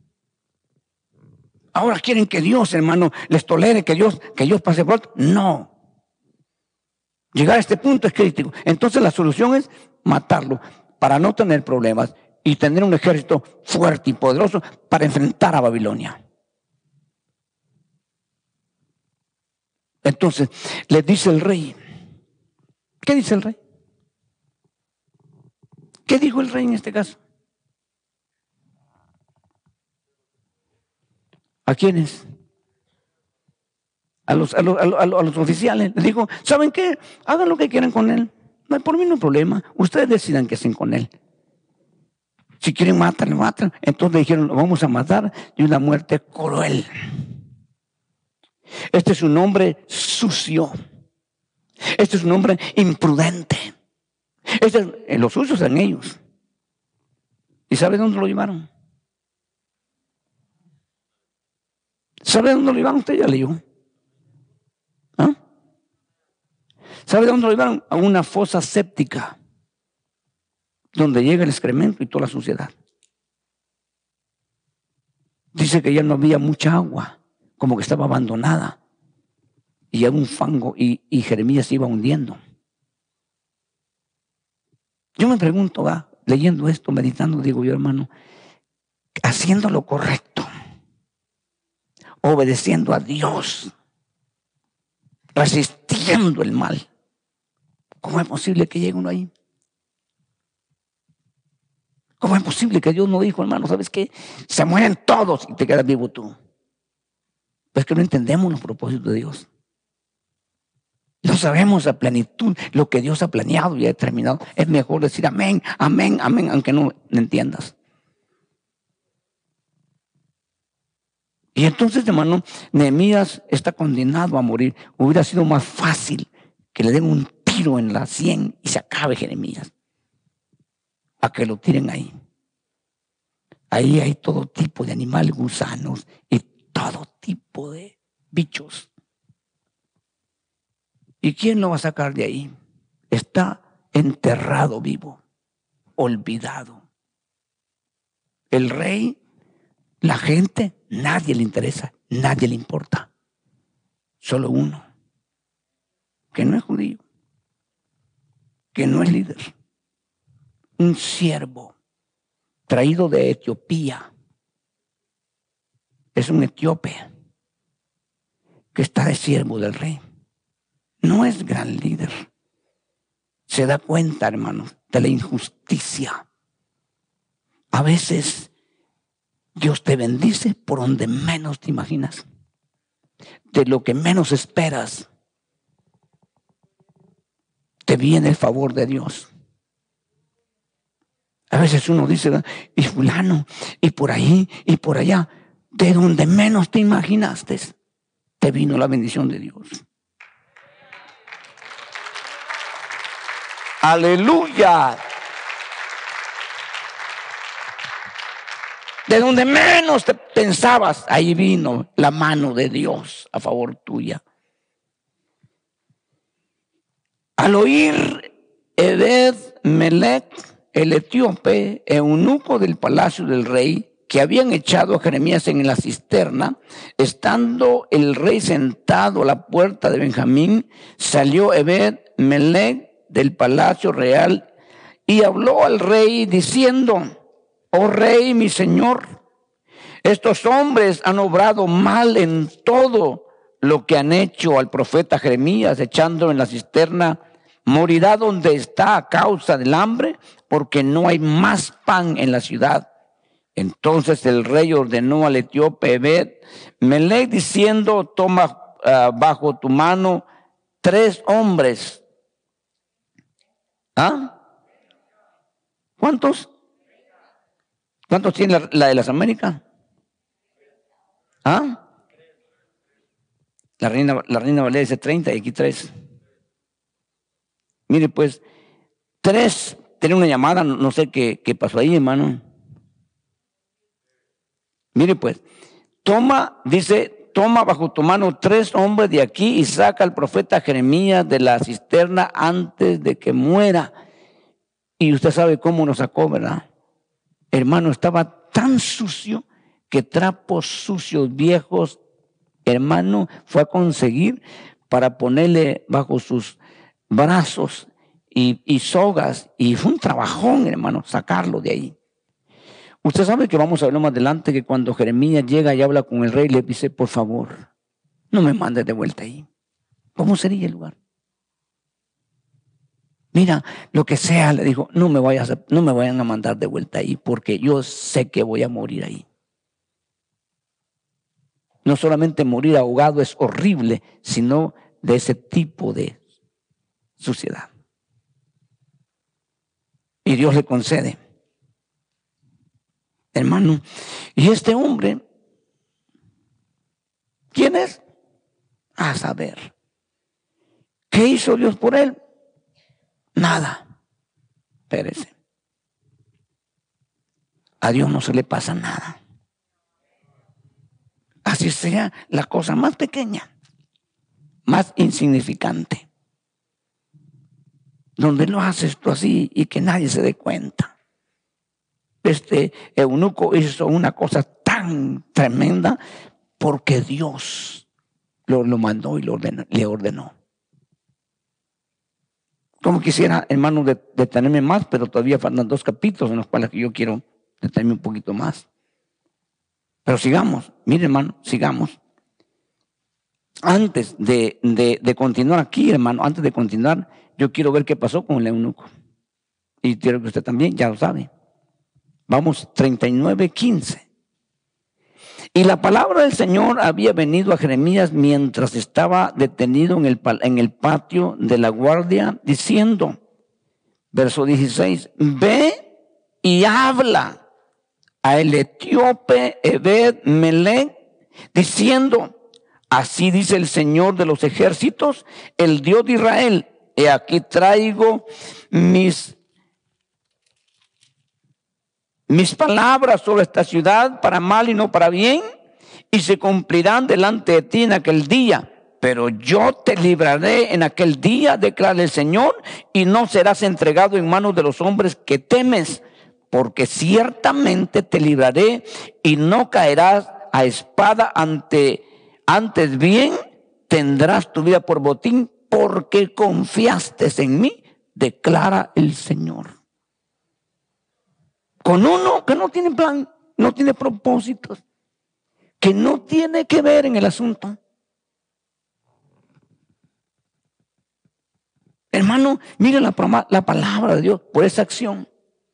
Ahora quieren que Dios, hermano, les tolere, que Dios, que Dios pase por alto. No. Llegar a este punto es crítico. Entonces la solución es matarlo para no tener problemas y tener un ejército fuerte y poderoso para enfrentar a Babilonia. Entonces les dice el rey. ¿Qué dice el rey? ¿Qué dijo el rey en este caso? ¿A quiénes? A los, a los, a los, a los oficiales. Les digo, ¿saben qué? Hagan lo que quieran con él. No, por mí no hay problema. Ustedes decidan qué hacen con él. Si quieren matarlo, matan. Entonces le dijeron, lo vamos a matar de una muerte cruel. Este es un hombre sucio. Este es un hombre imprudente. Este es, los sucios eran ellos. ¿Y sabe dónde lo llevaron? ¿Sabe dónde lo llevaron? Usted ya leyó. ¿Ah? ¿Sabe dónde lo llevaron? A una fosa séptica, donde llega el excremento y toda la suciedad. Dice que ya no había mucha agua, como que estaba abandonada. Y había un fango y, y Jeremías se iba hundiendo. Yo me pregunto, ¿va? Leyendo esto, meditando, digo yo, hermano, haciendo lo correcto, obedeciendo a Dios, resistiendo el mal, ¿cómo es posible que llegue uno ahí? ¿Cómo es posible que Dios no dijo, hermano, sabes qué? Se mueren todos y te quedas vivo tú? Pues que no entendemos los propósitos de Dios. No sabemos a plenitud lo que Dios ha planeado y ha determinado. Es mejor decir amén, amén, amén, aunque no entiendas. Y entonces, hermano, Nehemías está condenado a morir. Hubiera sido más fácil que le den un tiro en la sien y se acabe Jeremías, a que lo tiren ahí. Ahí hay todo tipo de animales, gusanos y todo tipo de bichos. ¿Y quién lo va a sacar de ahí? Está enterrado vivo, olvidado. El rey, la gente, nadie le interesa, nadie le importa. Solo uno, que no es judío, que no es líder. Un siervo traído de Etiopía. Es un etíope que está de siervo del rey. No es gran líder. Se da cuenta, hermanos, de la injusticia. A veces Dios te bendice por donde menos te imaginas, de lo que menos esperas. te viene el favor de Dios. A veces uno dice, y fulano, y por ahí, y por allá, de donde menos te imaginaste, te vino la bendición de Dios. Aleluya. De donde menos te pensabas, ahí vino la mano de Dios a favor tuya. Al oír Ebed-Melech, el etíope, eunuco del palacio del rey, que habían echado a Jeremías en la cisterna, estando el rey sentado a la puerta de Benjamín, salió Ebed-Melech del palacio real y habló al rey diciendo: oh rey, mi señor, estos hombres han obrado mal en todo lo que han hecho al profeta Jeremías, echándolo en la cisterna. Morirá donde está a causa del hambre, porque no hay más pan en la ciudad. Entonces el rey ordenó al etíope Ebed-Melech diciendo: toma uh, bajo tu mano tres hombres. ¿Ah? ¿Cuántos? ¿Cuántos tiene la, la de las Américas? ¿Ah? La reina, la reina Valera dice treinta y aquí tres. Mire pues, tres, tenía una llamada, no sé qué, qué pasó ahí, hermano. Mire pues, toma, dice, toma bajo tu mano tres hombres de aquí y saca al profeta Jeremías de la cisterna antes de que muera. Y usted sabe cómo nos sacó, ¿verdad? Hermano, estaba tan sucio que trapos sucios viejos, hermano, fue a conseguir para ponerle bajo sus brazos y, y sogas, y fue un trabajón, hermano, sacarlo de ahí. Usted sabe que vamos a verlo más adelante, que cuando Jeremías llega y habla con el rey, le dice: por favor, no me mandes de vuelta ahí. ¿Cómo sería el lugar? Mira, lo que sea, le dijo, no me vayas a, no me vayan a mandar de vuelta ahí, porque yo sé que voy a morir ahí. No solamente morir ahogado es horrible, sino de ese tipo de suciedad. Y Dios le concede. Hermano, y este hombre, ¿quién es? A saber. ¿Qué hizo Dios por él? Nada. Espérese. A Dios no se le pasa nada. Así sea la cosa más pequeña, más insignificante, donde lo haces tú así y que nadie se dé cuenta. Este eunuco hizo una cosa tan tremenda porque Dios lo, lo mandó y lo ordenó, le ordenó. Como quisiera, hermano, detenerme más, pero todavía faltan dos capítulos en los cuales yo quiero detenerme un poquito más. Pero sigamos, mire, hermano, sigamos. Antes de, de, de continuar aquí, hermano, antes de continuar, yo quiero ver qué pasó con el eunuco. Y quiero que usted también ya lo sabe. Vamos, treinta y nueve, quince. Y la palabra del Señor había venido a Jeremías mientras estaba detenido en el, en el patio de la guardia, diciendo, verso dieciséis, ve y habla a el etíope Ebed-Melech, diciendo, así dice el Señor de los ejércitos, el Dios de Israel, he aquí traigo mis, mis palabras sobre esta ciudad para mal y no para bien, y se cumplirán delante de ti en aquel día. Pero yo te libraré en aquel día, declara el Señor, y no serás entregado en manos de los hombres que temes, porque ciertamente te libraré y no caerás a espada, ante, antes bien tendrás tu vida por botín, porque confiaste en mí, declara el Señor. Con uno que no tiene plan, no tiene propósitos, que no tiene que ver en el asunto. Hermano, mire la, la palabra de Dios por esa acción.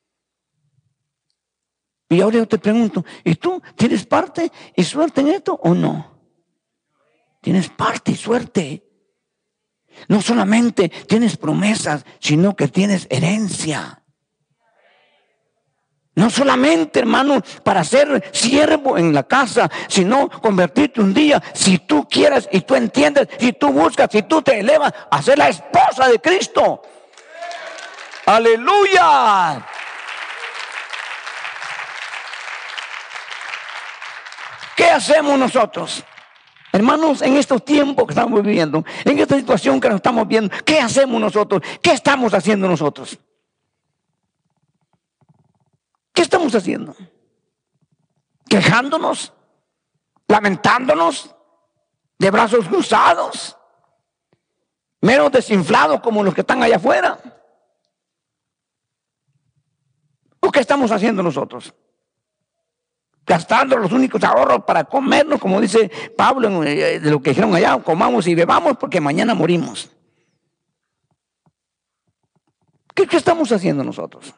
Y ahora yo te pregunto, ¿y tú tienes parte y suerte en esto o no? Tienes parte y suerte. No solamente tienes promesas, sino que tienes herencia. No solamente, hermano, para ser siervo en la casa, sino convertirte un día, si tú quieres y tú entiendes, si tú buscas, si tú te elevas, a ser la esposa de Cristo. ¡Aleluya! ¿Qué hacemos nosotros? Hermanos, en estos tiempos que estamos viviendo, en esta situación que nos estamos viendo, ¿qué hacemos nosotros? ¿Qué estamos haciendo nosotros? ¿Qué estamos haciendo? ¿Quejándonos? ¿Lamentándonos? ¿De brazos cruzados? ¿Menos desinflados como los que están allá afuera? ¿O qué estamos haciendo nosotros? Gastando los únicos ahorros para comernos, como dice Pablo, de lo que dijeron allá, comamos y bebamos porque mañana morimos. ¿Qué, qué estamos haciendo nosotros?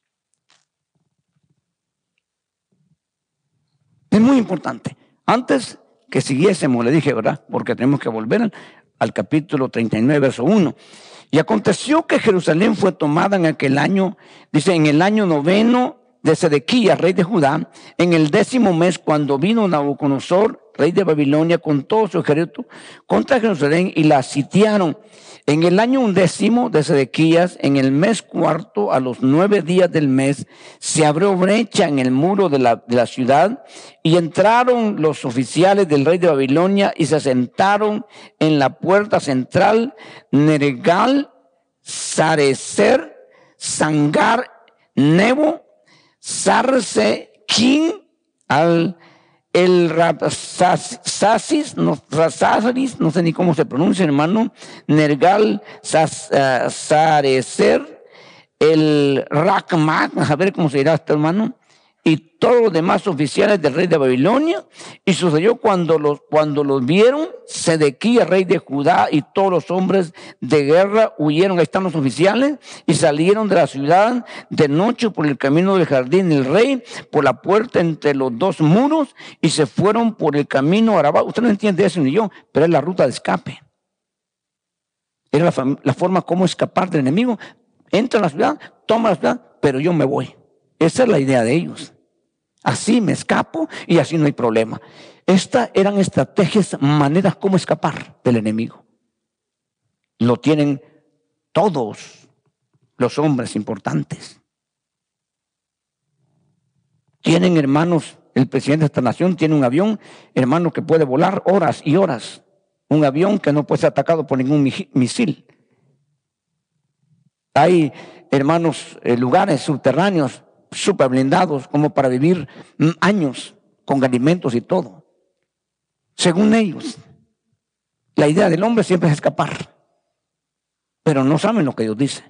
Es muy importante. Antes que siguiésemos, le dije, ¿verdad? Porque tenemos que volver al, al capítulo treinta y nueve, verso uno. Y aconteció que Jerusalén fue tomada en aquel año, dice, en el año noveno de Sedequías, rey de Judá, en el décimo mes, cuando vino Nabucodonosor, rey de Babilonia, con todo su ejército contra Jerusalén y la sitiaron. En el año undécimo de Sedequías, en el mes cuarto, a los nueve días del mes, se abrió brecha en el muro de la, de la ciudad y entraron los oficiales del rey de Babilonia y se sentaron en la puerta central, Nergal, Sarecer, Sangar, Nebo, Sarsequín, al el Rapsasis, no, Rasaris, no sé ni cómo se pronuncia, hermano, Nergal, Sas, uh, Sarecer, el Rakmak, a ver cómo se dirá esto, hermano, y todos los demás oficiales del rey de Babilonia. Y sucedió cuando los, cuando los vieron, Sedequías, rey de Judá, y todos los hombres de guerra huyeron. Ahí están los oficiales, y salieron de la ciudad de noche por el camino del jardín del rey, por la puerta entre los dos muros, y se fueron por el camino Arabá. Usted no entiende eso ni yo, pero es la ruta de escape. Era la, la forma como escapar del enemigo. Entra en la ciudad, toma la ciudad, pero yo me voy. Esa es la idea de ellos. Así me escapo y así no hay problema. Estas eran estrategias, maneras como escapar del enemigo. Lo tienen todos los hombres importantes. Tienen, hermanos, el presidente de esta nación tiene un avión, hermano, que puede volar horas y horas. Un avión que no puede ser atacado por ningún misil. Hay, hermanos, lugares subterráneos súper blindados como para vivir años con alimentos y todo. Según ellos, la idea del hombre siempre es escapar, pero no saben lo que Dios dice.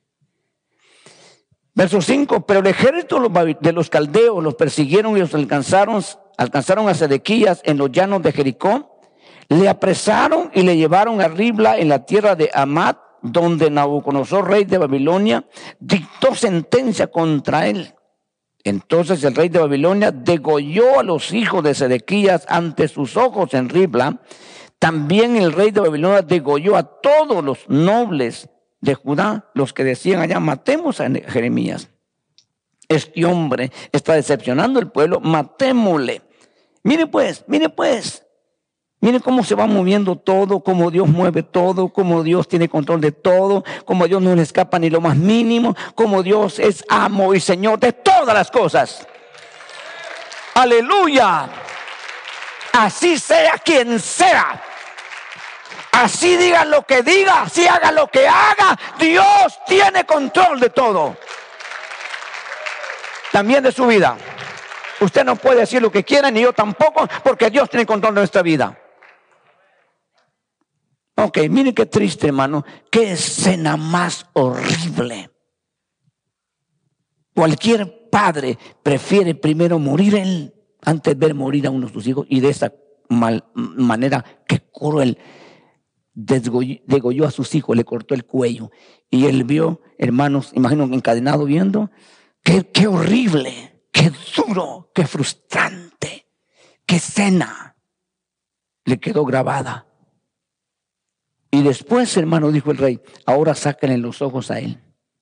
Verso cinco, pero el ejército de los caldeos los persiguieron y los alcanzaron, alcanzaron a Sedequías en los llanos de Jericó, le apresaron y le llevaron a Ribla en la tierra de Amat, donde Nabucodonosor, rey de Babilonia, dictó sentencia contra él. Entonces el rey de Babilonia degolló a los hijos de Sedequías ante sus ojos en Ribla. También el rey de Babilonia degolló a todos los nobles de Judá, los que decían allá, matemos a Jeremías. Este hombre está decepcionando al pueblo, matémosle. Mire pues, mire pues. Miren cómo se va moviendo todo, cómo Dios mueve todo, cómo Dios tiene control de todo, cómo Dios no le escapa ni lo más mínimo, cómo Dios es amo y Señor de todas las cosas. ¡Aleluya! Así sea quien sea. Así diga lo que diga, así haga lo que haga, Dios tiene control de todo. También de su vida. Usted no puede decir lo que quiera, ni yo tampoco, porque Dios tiene control de nuestra vida. Ok, miren qué triste, hermano. Qué escena más horrible. Cualquier padre prefiere primero morir él antes de ver morir a uno de sus hijos. Y de esa mal, manera, qué cruel, desgolló, degolló a sus hijos, le cortó el cuello. Y él vio, hermanos, imagino encadenado viendo. Qué, qué horrible, qué duro, qué frustrante, qué escena le quedó grabada. Y después, hermano, dijo el rey, ahora sáquenle los ojos a él.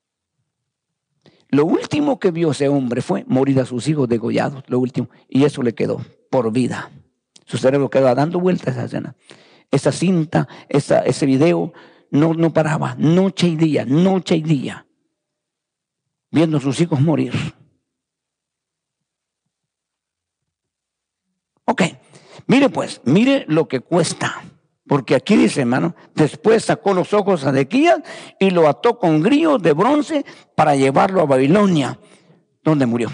Lo último que vio ese hombre fue morir a sus hijos degollados, lo último. Y eso le quedó por vida. Su cerebro quedó dando vueltas a esa escena. Esa cinta, esa, ese video, no, no paraba, noche y día, noche y día, viendo a sus hijos morir. Ok, mire pues, mire lo que cuesta. Porque aquí dice, hermano, después sacó los ojos a Ezequías y lo ató con grillos de bronce para llevarlo a Babilonia, donde murió.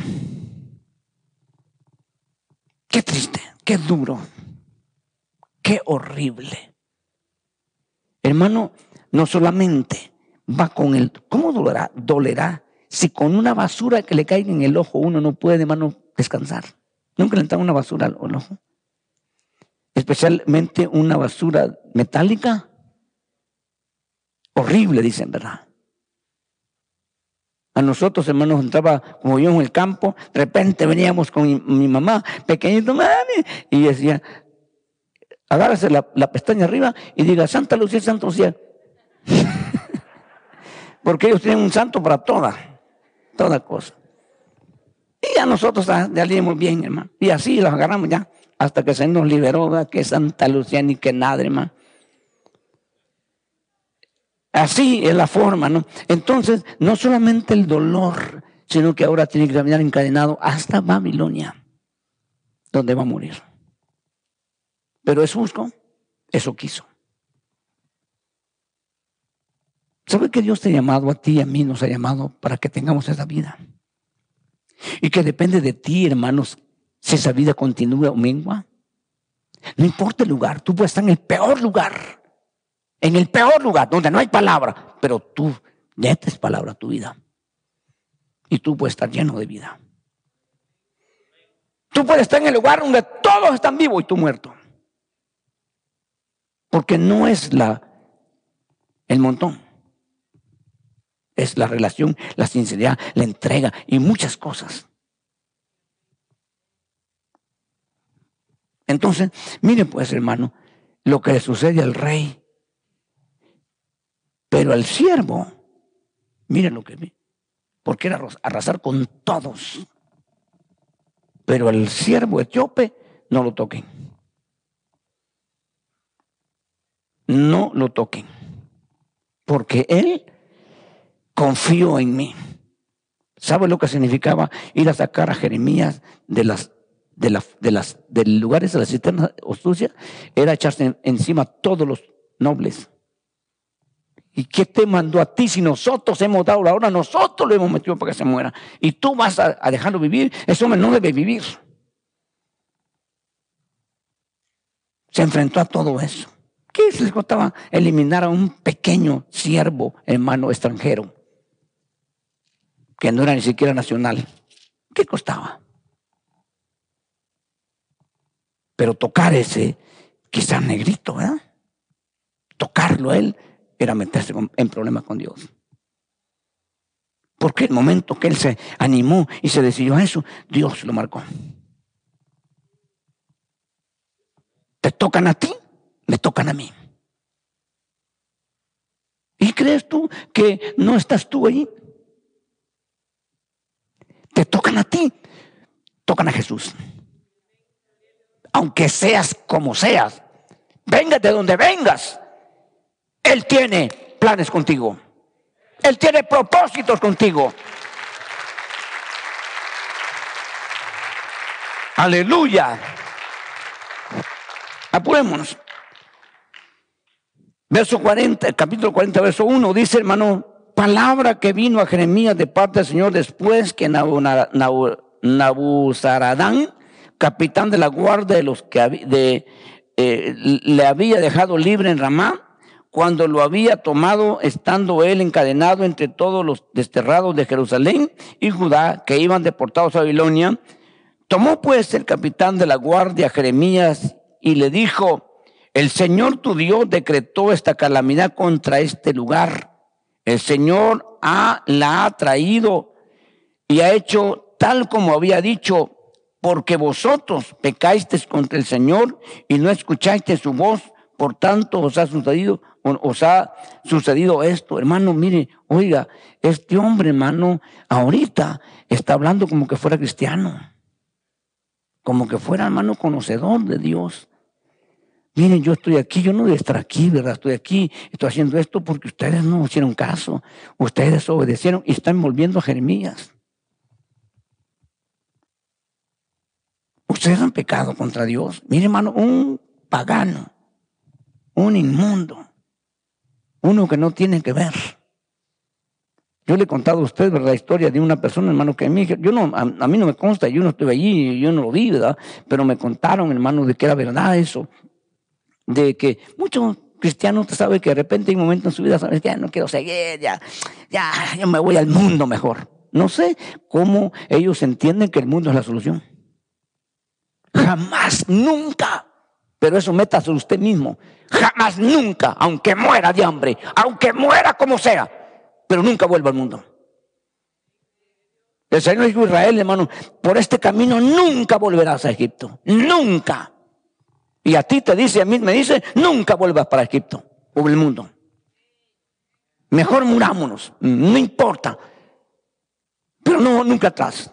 Qué triste, qué duro, qué horrible. Hermano, no solamente va con el, ¿cómo dolerá? Dolerá si con una basura que le caiga en el ojo uno no puede, hermano, descansar. Nunca le entra una basura al ojo. Especialmente una basura metálica. Horrible, dicen, ¿verdad? A nosotros, hermanos, entraba, como yo en el campo, de repente veníamos con mi, mi mamá, pequeñito, mami, y decía, agárrase la, la pestaña arriba y diga, Santa Lucía, Santa Lucía. Porque ellos tienen un santo para toda, toda cosa. Y a nosotros ya salimos bien, hermano. Y así los agarramos ya, hasta que se nos liberó, ¿verdad? Que Santa Lucía ni que nada, hermano. Así es la forma, ¿no? Entonces, no solamente el dolor, sino que ahora tiene que caminar encadenado hasta Babilonia, donde va a morir. Pero es justo, eso quiso. ¿Sabe que Dios te ha llamado a ti y a mí nos ha llamado para que tengamos esa vida? Y que depende de ti, hermanos, si esa vida continúa o mengua. No importa el lugar, tú puedes estar en el peor lugar, en el peor lugar, donde no hay palabra, pero tú metes palabra a tu vida. Y tú puedes estar lleno de vida. Tú puedes estar en el lugar donde todos están vivos y tú muerto. Porque no es la, el montón. Es la relación, la sinceridad, la entrega y muchas cosas. Entonces, mire pues, hermano, lo que le sucede al rey. Pero al siervo, mire lo que vi, porque era arrasar con todos. Pero al siervo etíope no lo toquen. No lo toquen. Porque él confió en mí. ¿Sabe lo que significaba ir a sacar a Jeremías de las de las de las de lugares de las cisternas sucias? Era echarse encima todos los nobles. ¿Y qué te mandó a ti si nosotros hemos dado la hora? Nosotros lo hemos metido para que se muera. Y tú vas a, a dejarlo vivir. Ese hombre no debe vivir. Se enfrentó a todo eso. ¿Qué les costaba eliminar a un pequeño siervo, hermano extranjero, que no era ni siquiera nacional? ¿Qué costaba? Pero tocar ese, quizás negrito, ¿verdad? Tocarlo a él era meterse en problemas con Dios. Porque el momento que él se animó y se decidió a eso, Dios lo marcó. Te tocan a ti, me tocan a mí. ¿Y crees tú que no estás tú allí? Te tocan a ti, tocan a Jesús. Aunque seas como seas, vengas de donde vengas, Él tiene planes contigo. Él tiene propósitos contigo. Aleluya. Apurémonos. Verso cuarenta, capítulo cuarenta, verso uno, dice, hermano, palabra que vino a Jeremías de parte del Señor después que Nabuzaradán, capitán de la guardia de los que de, eh, le había dejado libre en Ramá, cuando lo había tomado, estando él encadenado entre todos los desterrados de Jerusalén y Judá que iban deportados a Babilonia. Tomó pues el capitán de la guardia Jeremías y le dijo: el Señor tu Dios decretó esta calamidad contra este lugar. El Señor ha, la ha traído y ha hecho tal como había dicho, porque vosotros pecasteis contra el Señor y no escuchasteis su voz, por tanto os ha sucedido os ha sucedido esto, hermano, mire, oiga, este hombre, hermano, ahorita está hablando como que fuera cristiano, como que fuera, hermano, conocedor de Dios. Miren, yo estoy aquí, yo no debo estar aquí, ¿verdad? Estoy aquí, estoy haciendo esto porque ustedes no hicieron caso, ustedes desobedecieron y están volviendo a Jeremías. Ustedes han pecado contra Dios. Miren, hermano, un pagano, un inmundo, uno que no tiene que ver. Yo le he contado a usted, ¿verdad?, la historia de una persona, hermano, que a mí, yo no, a, a mí no me consta, yo no estuve allí, yo no lo vi, ¿verdad? Pero me contaron, hermano, de que era verdad eso. De que muchos cristianos, usted sabe que de repente hay momentos en su vida, sabes que ya no quiero seguir, ya, ya, yo me voy al mundo mejor. No sé cómo ellos entienden que el mundo es la solución. Jamás, nunca. Pero eso métase usted mismo. Jamás, nunca, aunque muera de hambre, aunque muera como sea, pero nunca vuelva al mundo. El Señor dijo a Israel, hermano, por este camino nunca volverás a Egipto. Nunca. Y a ti te dice, a mí me dice, nunca vuelvas para Egipto o el mundo. Mejor murámonos, no importa. Pero no, nunca atrás.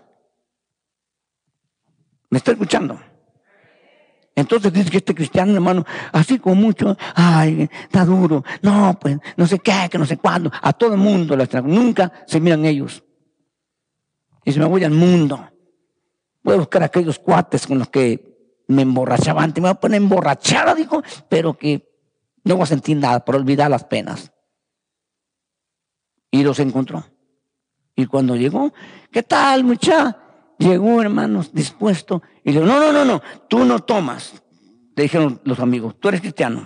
¿Me está escuchando? Entonces dice que este cristiano, hermano, así como mucho, ay, está duro, no, pues, no sé qué, que no sé cuándo, a todo el mundo, nunca se miran ellos. Y se me voy al mundo. Voy a buscar a aquellos cuates con los que me emborrachaba antes, me voy a poner emborrachada, dijo, pero que no voy a sentir nada, por olvidar las penas. Y los encontró. Y cuando llegó, ¿qué tal, muchacha? Llegó, hermanos, dispuesto. Y le dijo, no, no, no, no, tú no tomas. Le dijeron los amigos, tú eres cristiano.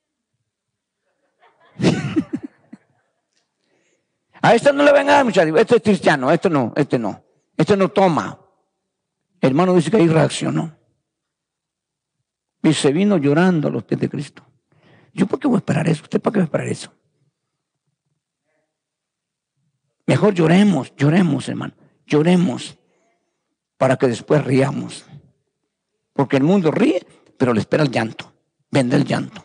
A este no le venga a dar, muchachos. Este es cristiano, este no, este no. Este no toma. El hermano dice que ahí reaccionó. Y se vino llorando a los pies de Cristo. ¿Yo por qué voy a esperar eso? ¿Usted para qué va a esperar eso? Mejor lloremos, lloremos, hermano. Lloremos para que después riamos. Porque el mundo ríe, pero le espera el llanto. Vende el llanto.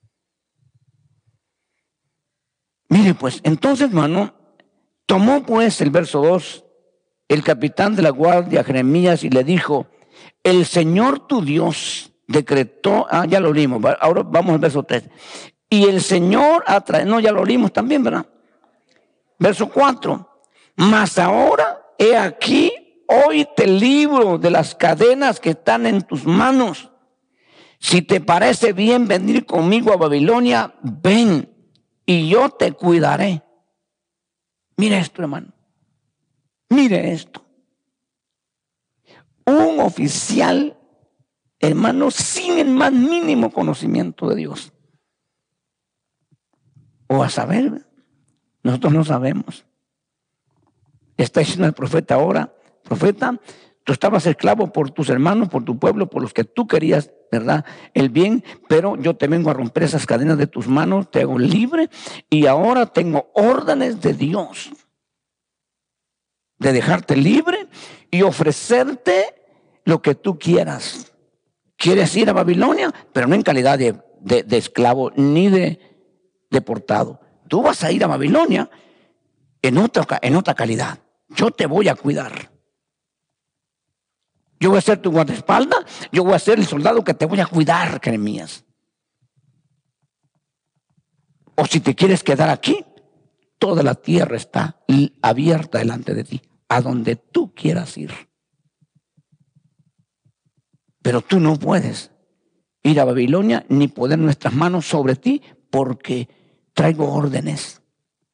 Mire pues, entonces, hermano, tomó pues el verso dos, el capitán de la guardia, Jeremías, y le dijo, el Señor tu Dios decretó, ah, ya lo leímos, ahora vamos al verso tres. Y el Señor, atra- no, ya lo leímos también, ¿verdad? Verso cuatro, mas ahora he aquí, hoy te libro de las cadenas que están en tus manos. Si te parece bien venir conmigo a Babilonia, ven y yo te cuidaré. Mire esto, hermano. Mire esto. Un oficial, hermano, sin el más mínimo conocimiento de Dios. O a saber, nosotros no sabemos. Está diciendo el profeta ahora, profeta, tú estabas esclavo por tus hermanos, por tu pueblo, por los que tú querías, ¿verdad?, el bien, pero yo te vengo a romper esas cadenas de tus manos, te hago libre y ahora tengo órdenes de Dios de dejarte libre y ofrecerte lo que tú quieras. ¿Quieres ir a Babilonia? Pero no en calidad de, de, de esclavo ni de deportado. Tú vas a ir a Babilonia en otra, en otra calidad. Yo te voy a cuidar. Yo voy a ser tu guardaespaldas. Yo voy a ser el soldado que te voy a cuidar, Jeremías. O si te quieres quedar aquí, toda la tierra está abierta delante de ti, a donde tú quieras ir. Pero tú no puedes ir a Babilonia ni poner nuestras manos sobre ti, porque traigo órdenes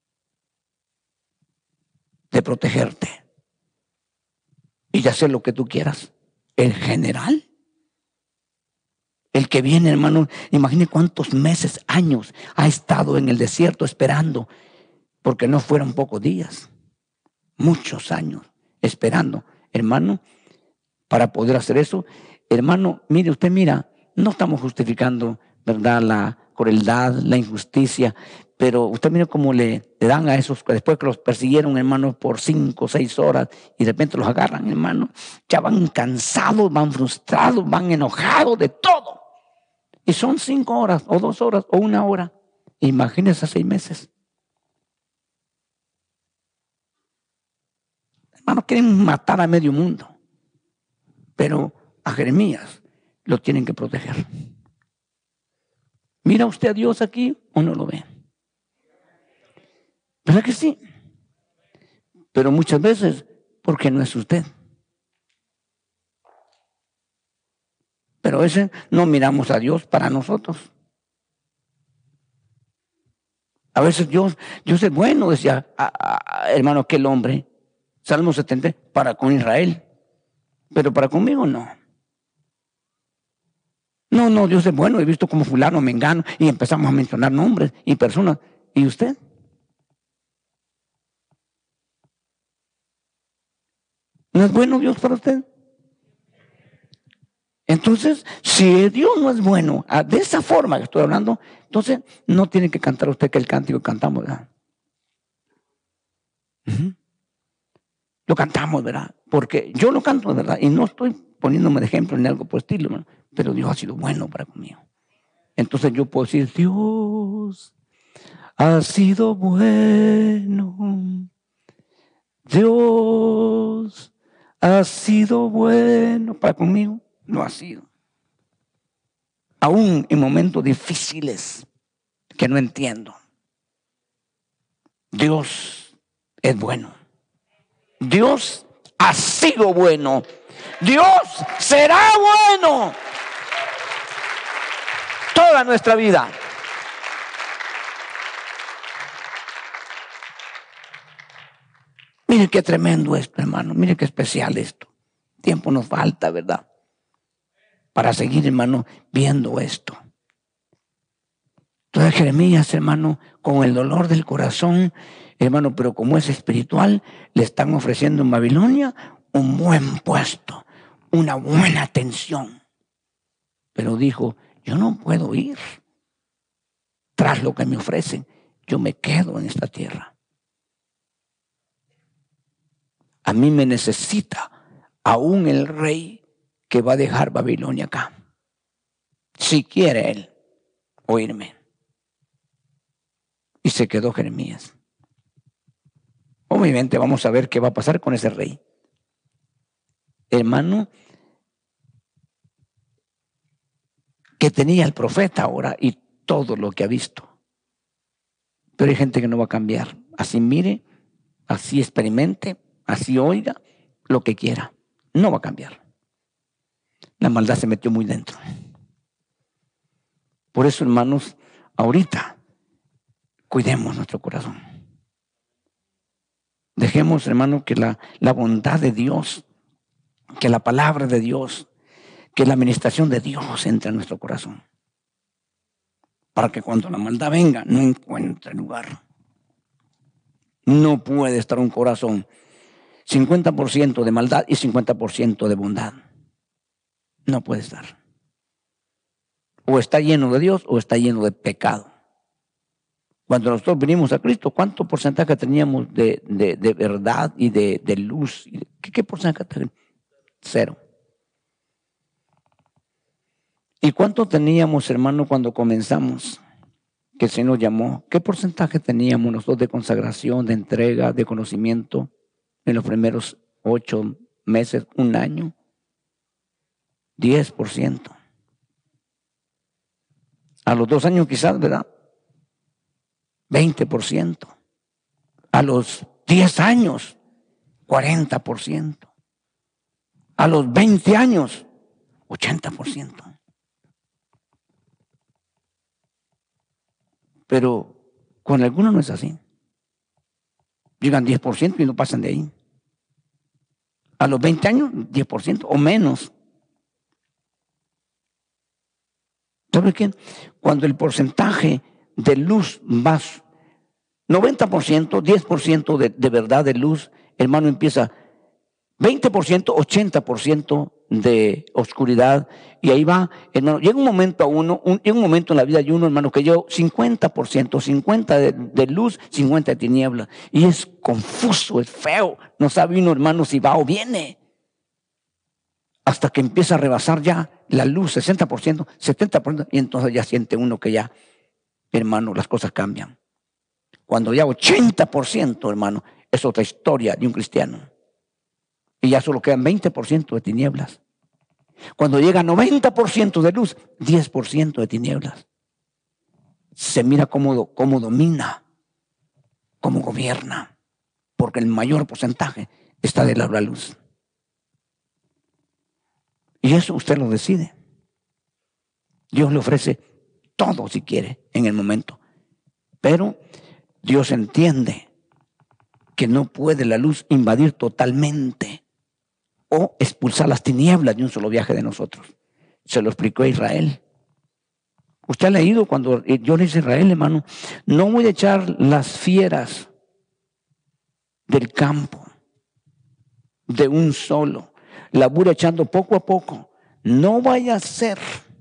de protegerte y de hacer lo que tú quieras. El general, el que viene, hermano, imagine cuántos meses, años ha estado en el desierto esperando, porque no fueron pocos días, muchos años esperando, hermano, para poder hacer eso. Hermano, mire, usted mira, no estamos justificando, ¿verdad?, la crueldad, la injusticia, pero usted mira cómo le, le dan a esos, después que los persiguieron, hermano, por cinco o seis horas y de repente los agarran, hermano, ya van cansados, van frustrados, van enojados de todo. Y son cinco horas o dos horas o una hora. Imagínense seis meses. Hermanos, quieren matar a medio mundo. Pero a Jeremías lo tienen que proteger. ¿Mira usted a Dios aquí o no lo ve? ¿Verdad que sí? Pero muchas veces, porque no es usted. Pero a veces no miramos a Dios para nosotros. A veces Dios, Dios es bueno, decía a, a, hermano, aquel hombre, Salmo setenta, para con Israel, pero para conmigo no. No, no, Dios es bueno, he visto como fulano, mengano, y empezamos a mencionar nombres y personas. ¿Y usted? ¿No es bueno Dios para usted? Entonces, si Dios no es bueno, de esa forma que estoy hablando, entonces no tiene que cantar usted que el cántico que cantamos, ¿verdad? Uh-huh. Lo cantamos, ¿verdad? Porque yo lo canto, ¿verdad? Y no estoy poniéndome de ejemplo ni algo por estilo, ¿verdad? Pero Dios ha sido bueno para conmigo. Entonces yo puedo decir, Dios ha sido bueno. Dios ha sido bueno para conmigo. Lo ha sido. Aún en momentos difíciles que no entiendo. Dios es bueno. Dios ha sido bueno. Dios será bueno toda nuestra vida. Mire qué tremendo esto, hermano. Mire qué especial esto. Tiempo nos falta, ¿verdad? Para seguir, hermano, viendo esto. Entonces Jeremías, hermano, con el dolor del corazón, hermano, pero como es espiritual, le están ofreciendo en Babilonia un buen puesto, una buena atención. Pero dijo, yo no puedo ir tras lo que me ofrecen. Yo me quedo en esta tierra. A mí me necesita aún el rey que va a dejar Babilonia acá. Si quiere él oírme. Y se quedó Jeremías. Obviamente vamos a ver qué va a pasar con ese rey. Hermano, que tenía el profeta ahora y todo lo que ha visto. Pero hay gente que no va a cambiar. Así mire, así experimente, así oiga, lo que quiera. No va a cambiar. La maldad se metió muy dentro. Por eso, hermanos, ahorita cuidemos nuestro corazón. Dejemos, hermano, que la, la bondad de Dios, que la palabra de Dios, que la administración de Dios entre en nuestro corazón. Para que cuando la maldad venga, no encuentre lugar. No puede estar un corazón cincuenta por ciento de maldad y cincuenta por ciento de bondad. No puede estar. O está lleno de Dios o está lleno de pecado. Cuando nosotros vinimos a Cristo, ¿cuánto porcentaje teníamos de, de, de verdad y de, de luz? ¿Qué, qué porcentaje teníamos? Cero. ¿Y cuánto teníamos, hermano, cuando comenzamos? Que el Señor nos llamó. ¿Qué porcentaje teníamos nosotros de consagración, de entrega, de conocimiento en los primeros ocho meses, un año? diez por ciento. A los dos años quizás, ¿verdad? veinte por ciento. A los diez años, cuarenta por ciento. A los veinte años, ochenta por ciento. Pero con algunos no es así. Llegan diez por ciento y no pasan de ahí. A los veinte años, diez por ciento o menos. ¿Sabe qué? Cuando el porcentaje de luz va noventa por ciento, diez por ciento de, de verdad de luz, hermano, empieza veinte por ciento, ochenta por ciento de oscuridad, y ahí va, hermano, llega un momento a uno, un, llega un momento en la vida de uno, hermano, que yo cincuenta por ciento, cincuenta de, de luz, cincuenta de tiniebla, y es confuso, es feo, no sabe uno, hermano, si va o viene, hasta que empieza a rebasar ya la luz, sesenta por ciento, setenta por ciento, y entonces ya siente uno que ya hermano, las cosas cambian. Cuando ya ochenta por ciento, hermano, es otra historia de un cristiano. Y ya solo quedan veinte por ciento de tinieblas. Cuando llega a noventa por ciento de luz, diez por ciento de tinieblas. Se mira cómo, cómo domina, cómo gobierna, porque el mayor porcentaje está de la luz. Y eso usted lo decide. Dios le ofrece todo si quiere en el momento. Pero Dios entiende que no puede la luz invadir totalmente o expulsar las tinieblas de un solo viaje de nosotros. Se lo explicó a Israel. Usted ha leído cuando yo le dije a Israel, hermano, no voy a echar las fieras del campo de un solo. La voy echando poco a poco. No vaya a ser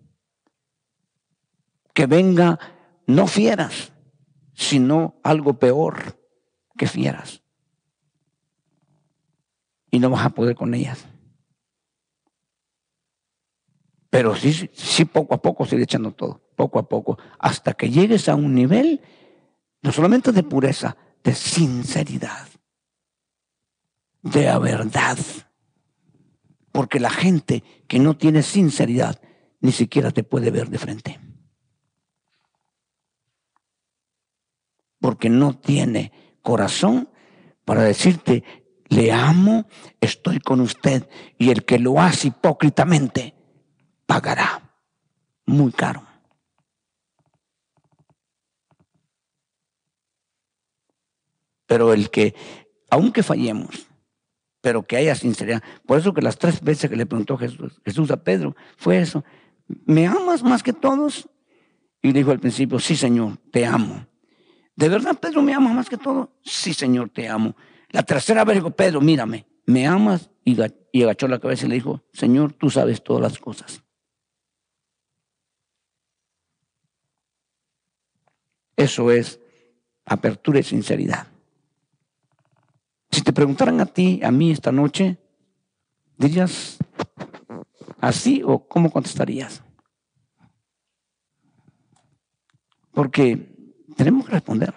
que venga no fieras, sino algo peor que fieras. Y no vas a poder con ellas. Pero sí, sí poco a poco sigue echando todo, poco a poco, hasta que llegues a un nivel no solamente de pureza, de sinceridad, de la verdad. Porque la gente que no tiene sinceridad ni siquiera te puede ver de frente. Porque no tiene corazón para decirte, le amo, estoy con usted. Y el que lo hace hipócritamente pagará muy caro. Pero el que, aunque fallemos, pero que haya sinceridad. Por eso que las tres veces que le preguntó Jesús, Jesús a Pedro, fue eso. ¿Me amas más que todos? Y dijo al principio, sí, Señor, te amo. ¿De verdad, Pedro, me ama más que todo? Sí, Señor, te amo. La tercera vez dijo, Pedro, mírame, ¿me amas? Y, y agachó la cabeza y le dijo, Señor, tú sabes todas las cosas. Eso es apertura y sinceridad. Si te preguntaran a ti, a mí esta noche, ¿dirías así o cómo contestarías? Porque tenemos que responder.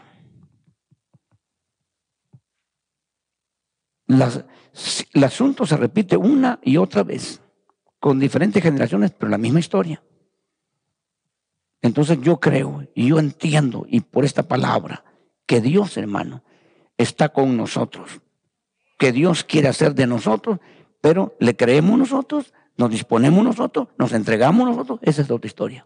Las, el asunto se repite una y otra vez, con diferentes generaciones, pero la misma historia. Entonces yo creo y yo entiendo, y por esta palabra, que Dios, hermano, está con nosotros. Que Dios quiere hacer de nosotros, pero le creemos nosotros, nos disponemos nosotros, nos entregamos nosotros. Esa es otra historia.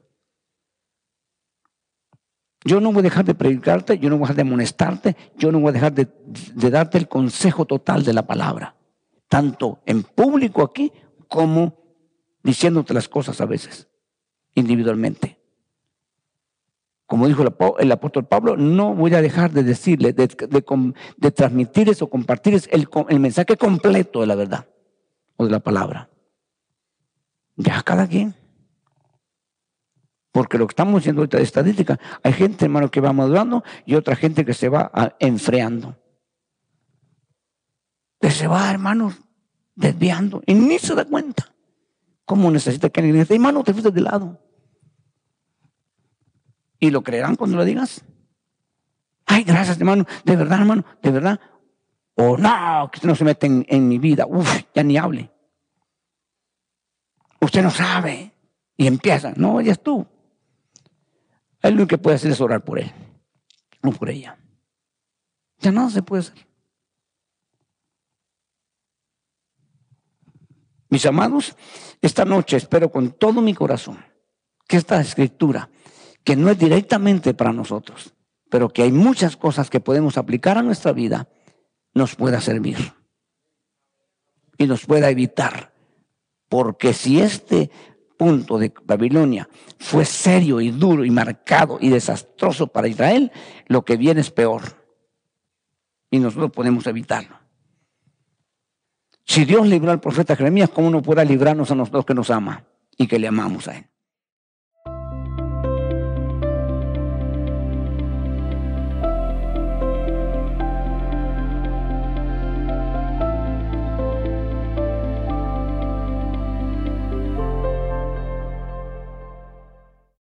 Yo no voy a dejar de predicarte, yo no voy a dejar de amonestarte, yo no voy a dejar de, de darte el consejo total de la palabra, tanto en público aquí como diciéndote las cosas a veces, individualmente. Como dijo el apóstol Pablo, no voy a dejar de decirle, de, de, de transmitir eso, compartir el, el mensaje completo de la verdad o de la palabra. Ya cada quien. Porque lo que estamos diciendo ahorita de estadística, hay gente, hermano, que va madurando y otra gente que se va a, enfriando. Que se va, hermano, desviando y ni se da cuenta. ¿Cómo necesita que alguien diga, hermano, te fuiste de lado? ¿Y lo creerán cuando lo digas? Ay, gracias, hermano, de verdad, hermano, de verdad. O no, que usted no se mete en, en mi vida. Uf, ya ni hable. Usted no sabe. Y empieza, no, ya es tú. Él lo único que puede hacer es orar por él, no por ella. Ya nada se puede hacer. Mis amados, esta noche espero con todo mi corazón que esta escritura, que no es directamente para nosotros, pero que hay muchas cosas que podemos aplicar a nuestra vida, nos pueda servir y nos pueda evitar. Porque si este punto de Babilonia fue serio y duro y marcado y desastroso para Israel, lo que viene es peor y nosotros podemos evitarlo. Si Dios libró al profeta Jeremías, ¿cómo no podrá librarnos a nosotros que nos ama y que le amamos a él?